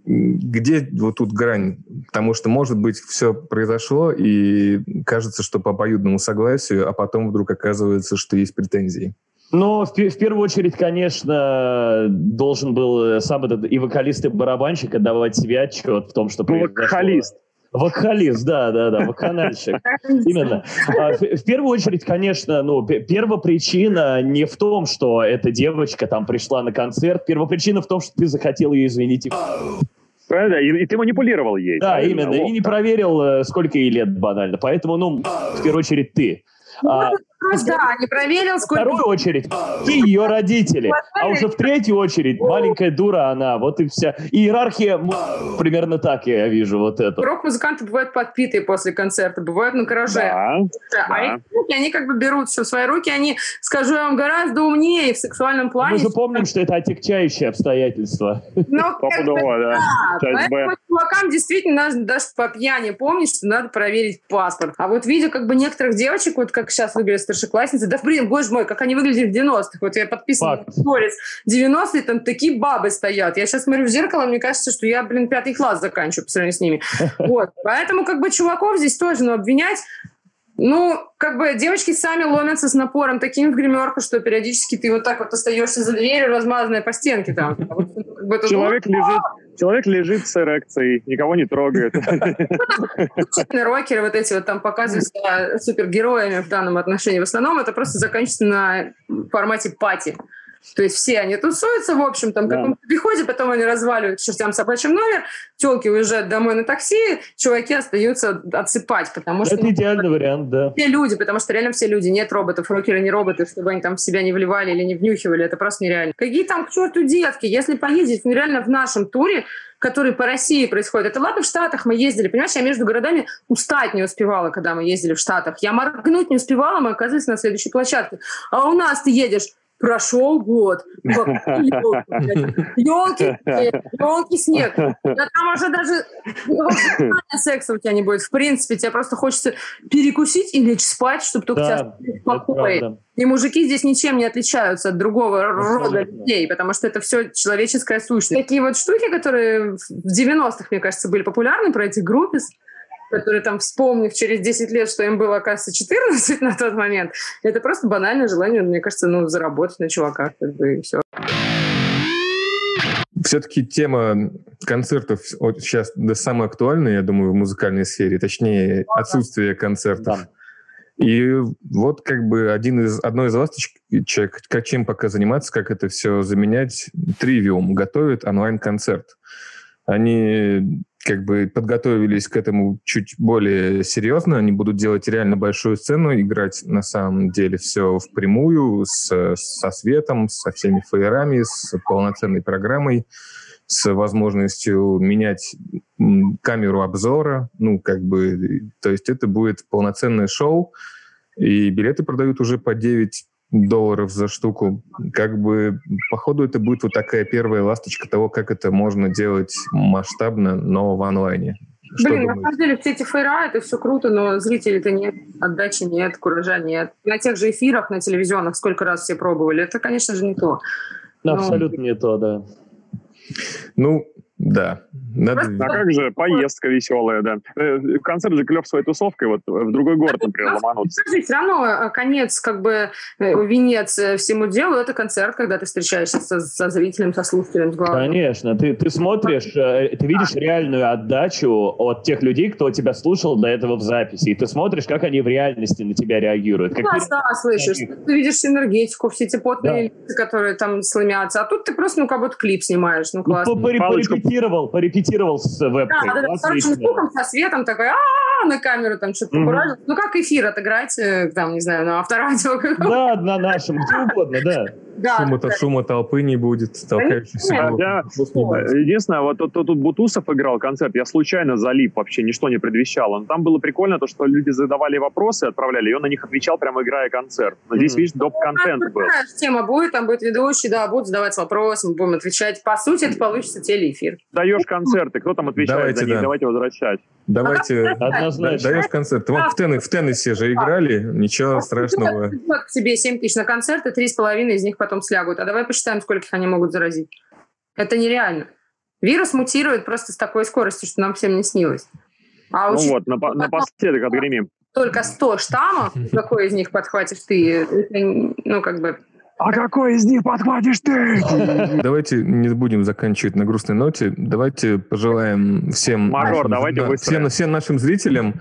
Speaker 1: где вот тут грань? Потому что, может быть, все произошло, и кажется, что по обоюдному согласию, а потом вдруг оказывается, что есть претензии.
Speaker 4: Но в, в первую очередь, конечно, должен был сам этот и вокалист, и барабанщик отдавать себе отчет в том, что произошло.
Speaker 3: Вокалист.
Speaker 4: Вокалист, да, да, да, воканальщик. Именно. А, в, в первую очередь, конечно, ну, первопричина не в том, что эта девочка там пришла на концерт. Первопричина в том, что ты захотел ее извинить.
Speaker 3: Правда? И, и ты манипулировал ей.
Speaker 4: Да, правильно? Именно. Ловко. И не проверил, сколько ей лет банально. Поэтому, ну, в первую очередь, ты. А,
Speaker 2: да, не проверил, сколько...
Speaker 4: В вторую очередь, и ее родители. А уже в третью очередь, маленькая дура она, вот и вся. Иерархия, примерно так я вижу вот это.
Speaker 2: Рок-музыканты бывают подпитые после концерта, бывают на гараже.
Speaker 3: Да,
Speaker 2: да. А да. Эти, они как бы берут все в свои руки, они, скажу я вам, гораздо умнее в сексуальном плане.
Speaker 4: Мы же помним, что это отягчающее обстоятельство.
Speaker 2: Ну, Попудово, да. Поэтому чувакам действительно нужно даже по пьяни помнить, что надо проверить паспорт. А вот видя как бы некоторых девочек, вот как сейчас выглядят старшеклассницы, да, блин, боже мой, как они выглядели в девяностых. Вот я подписана на сторис. девяностые там такие бабы стоят. Я сейчас смотрю в зеркало, мне кажется, что я, блин, пятый класс заканчиваю по сравнению с ними. Вот. Поэтому как бы чуваков здесь тоже, ну, обвинять. Ну, как бы девочки сами ломятся с напором таким в гримерку, что периодически ты вот так вот остаешься за дверью, размазанная по стенке там.
Speaker 3: Человек лежит, человек лежит с эрекцией, никого не трогает.
Speaker 2: Рокеры вот эти вот там показывают себя супергероями в данном отношении. В основном это просто заканчивается на формате пати. То есть все они тусуются, в общем, там, в каком-то приходе, потом они разваливают к чертям собачьим номер, телки уезжают домой на такси, чуваки остаются отсыпать, потому что...
Speaker 4: Это ну, идеальный вариант, да.
Speaker 2: Все люди, потому что реально все люди, нет роботов, рокеры не роботы, чтобы они там в себя не вливали или не внюхивали, это просто нереально. Какие там к черту детки? Если поездить ну, реально в нашем туре, который по России происходит. Это ладно, в Штатах мы ездили, понимаешь, я между городами устать не успевала, когда мы ездили в Штатах. Я моргнуть не успевала, мы оказывались на следующей площадке. А у нас ты едешь... Прошел год. Елки, елки, снег. Да там уже даже секса у тебя не будет. В принципе, тебе просто хочется перекусить и лечь спать, чтобы только да, тебя спокойно. И мужики здесь ничем не отличаются от другого рода людей, потому что это все человеческая сущность. Такие вот штуки, которые в девяностых, мне кажется, были популярны, про эти группы, которые там, вспомнив через десять лет, что им было, оказывается, четырнадцать на тот момент, это просто банальное желание, мне кажется, ну, заработать на чуваках, как бы, и все.
Speaker 1: Все-таки тема концертов сейчас да, самая актуальная, я думаю, в музыкальной сфере, точнее, ну, отсутствие да. концертов. Да. И вот как бы один из, одной из ласточек, как чем пока заниматься, как это все заменять, Trivium готовит онлайн-концерт. Они как бы подготовились к этому чуть более серьезно. Они будут делать реально большую сцену, играть на самом деле все впрямую, с, со светом, со всеми фойерами, с полноценной программой, с возможностью менять камеру обзора. Ну, как бы, то есть это будет полноценное шоу, и билеты продают уже по девять долларов за штуку. Как бы, походу, это будет вот такая первая ласточка того, как это можно делать масштабно, но в онлайне. Что
Speaker 2: Блин,
Speaker 1: думаете?
Speaker 2: на самом деле все эти фейра, это все круто, но зрителей-то нет, отдачи нет, куража нет. На тех же эфирах, на телевизионных, сколько раз все пробовали, это, конечно же, не то.
Speaker 4: Но... Абсолютно не то, да.
Speaker 1: Ну, да. Надо...
Speaker 3: А как же поездка веселая, да. Концерт же клёв своей тусовкой, вот в другой город, например, ломануться.
Speaker 2: Скажи, все равно конец, как бы венец всему делу, это концерт, когда ты встречаешься со, со зрителем, со слушателем, с главным.
Speaker 4: Конечно, ты, ты смотришь, ты видишь реальную отдачу от тех людей, кто тебя слушал до этого в записи, и ты смотришь, как они в реальности на тебя реагируют. Как
Speaker 2: да,
Speaker 4: ты...
Speaker 2: да, слышишь, ты видишь энергетику, все эти потные да. лица, которые там сломятся, а тут ты просто, ну, как будто клип снимаешь, ну, классно.
Speaker 4: Ну, порепетировал, порепетировал с вебкой.
Speaker 2: Да, да, да, с хорошим звуком, со светом, такой, а на камеру там что-то покуражил. Ну, как эфир отыграть, там, не знаю, на авторадио.
Speaker 4: Да, на нашем, где угодно, да.
Speaker 2: Да,
Speaker 1: Шума-то, да. шума толпы не будет, толкающихся.
Speaker 3: Да, единственное, вот тут, тут Бутусов играл концерт, я случайно залип, вообще ничто не предвещало. Но там было прикольно то, что люди задавали вопросы, отправляли, и он на них отвечал, прямо играя концерт. Но здесь, mm-hmm. видишь, доп-контент ну, был.
Speaker 2: Тема будет, там будет ведущий, да, будут задавать вопросы, мы будем отвечать. По сути, это получится телеэфир.
Speaker 3: Даешь концерты, кто там отвечает
Speaker 1: давайте,
Speaker 3: за них,
Speaker 1: да.
Speaker 3: давайте возвращать.
Speaker 1: Давайте,
Speaker 4: однозначно.
Speaker 1: Даешь концерт. Вот в, тенни, в теннисе же играли, ничего а страшного.
Speaker 2: Вот к тебе семь тысяч на концерт, и три с половиной из них потом слягут. А давай посчитаем, скольких они могут заразить. Это нереально. Вирус мутирует просто с такой скоростью, что нам всем не снилось. А
Speaker 3: ну вот, напо- напоследок отгремим.
Speaker 2: Только сто штаммов, какой из них подхватишь ты, ну, как бы...
Speaker 3: А какой из них подхватишь ты?
Speaker 1: Давайте не будем заканчивать на грустной ноте. Давайте пожелаем всем,
Speaker 3: Мажор,
Speaker 1: нашим,
Speaker 3: давайте
Speaker 1: да, всем, всем нашим зрителям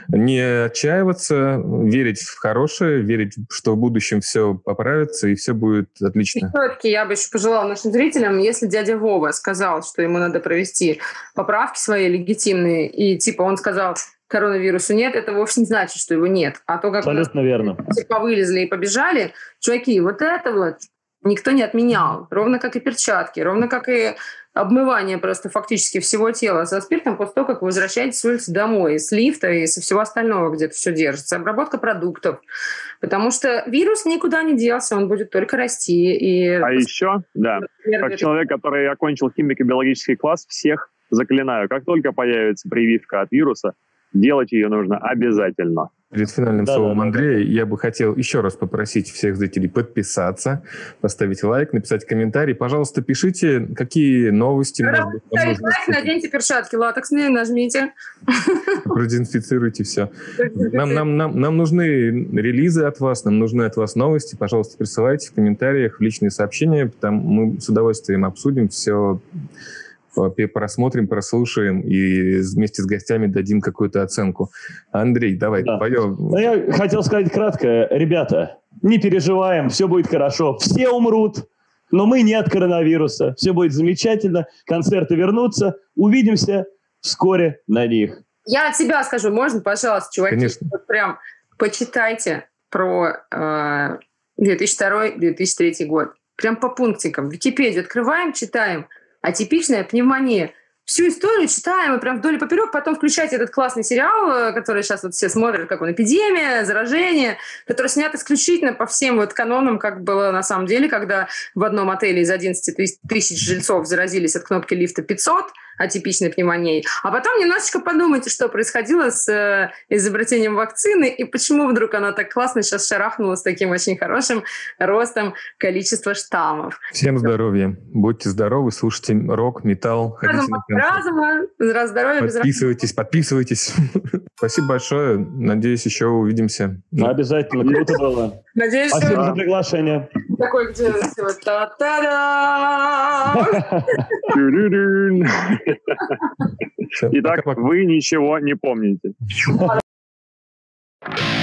Speaker 1: не отчаиваться, верить в хорошее, верить, что в будущем все поправится и все будет отлично.
Speaker 2: И все-таки я бы еще пожелала нашим зрителям, если дядя Вова сказал, что ему надо провести поправки свои легитимные, и типа он сказал... коронавирусу нет, это вовсе не значит, что его нет. А то, как
Speaker 4: абсолютно верно.
Speaker 2: Типа вылезли и побежали, чуваки, вот это вот никто не отменял. Ровно как и перчатки, ровно как и обмывание просто фактически всего тела со спиртом после того, как вы возвращаетесь с улицы домой, с лифта и со всего остального, где это все держится. Обработка продуктов. Потому что вирус никуда не делся, он будет только расти. И...
Speaker 3: А еще, да, как человек, который окончил химико-биологический класс, всех заклинаю, как только появится прививка от вируса, делать ее нужно обязательно.
Speaker 1: Перед финальным
Speaker 4: да,
Speaker 1: словом
Speaker 4: да,
Speaker 1: Андрея да. я бы хотел еще раз попросить всех зрителей подписаться, поставить лайк, написать комментарий. Пожалуйста, пишите, какие новости...
Speaker 2: Когда может быть, ставить лайк, наденьте перчатки латексные, нажмите.
Speaker 1: Продезинфицируйте все. Нам, нам, нам, нам нужны релизы от вас, нам нужны от вас новости. Пожалуйста, присылайте в комментариях, в личные сообщения. Там мы с удовольствием обсудим все... просмотрим, прослушаем и вместе с гостями дадим какую-то оценку. Андрей, давай,
Speaker 4: да.
Speaker 1: твое...
Speaker 4: Ну, я хотел сказать кратко. Ребята, не переживаем, все будет хорошо. Все умрут, но мы не от коронавируса. Все будет замечательно, концерты вернутся. Увидимся вскоре на них.
Speaker 2: Я от себя скажу, можно, пожалуйста, чуваки?
Speaker 1: Конечно.
Speaker 2: Вот прям почитайте про э, две тысячи второй — две тысячи третий год. Прям по пунктикам. Википедию открываем, читаем. Атипичная пневмония. Всю историю читаем и прям вдоль и поперек. Потом включайте этот классный сериал, который сейчас вот все смотрят, как он, «Эпидемия», «Заражение», который снят исключительно по всем вот канонам, как было на самом деле, когда в одном отеле из одиннадцати тысяч жильцов заразились от кнопки лифта пятьсот атипичной пневмонией. А потом немножечко подумайте, что происходило с э, изобретением вакцины и почему вдруг она так классно сейчас шарахнула с таким очень хорошим ростом количества штаммов.
Speaker 1: Всем здоровья. Будьте здоровы, слушайте рок, металл.
Speaker 2: Разума, разума, здоровья,
Speaker 1: подписывайтесь, подписывайтесь. Спасибо большое. Надеюсь, еще увидимся.
Speaker 4: Обязательно. Круто было.
Speaker 2: Надеюсь,
Speaker 4: спасибо за приглашение.
Speaker 2: Такой, где та-та-да!
Speaker 3: Итак, вы ничего не помните.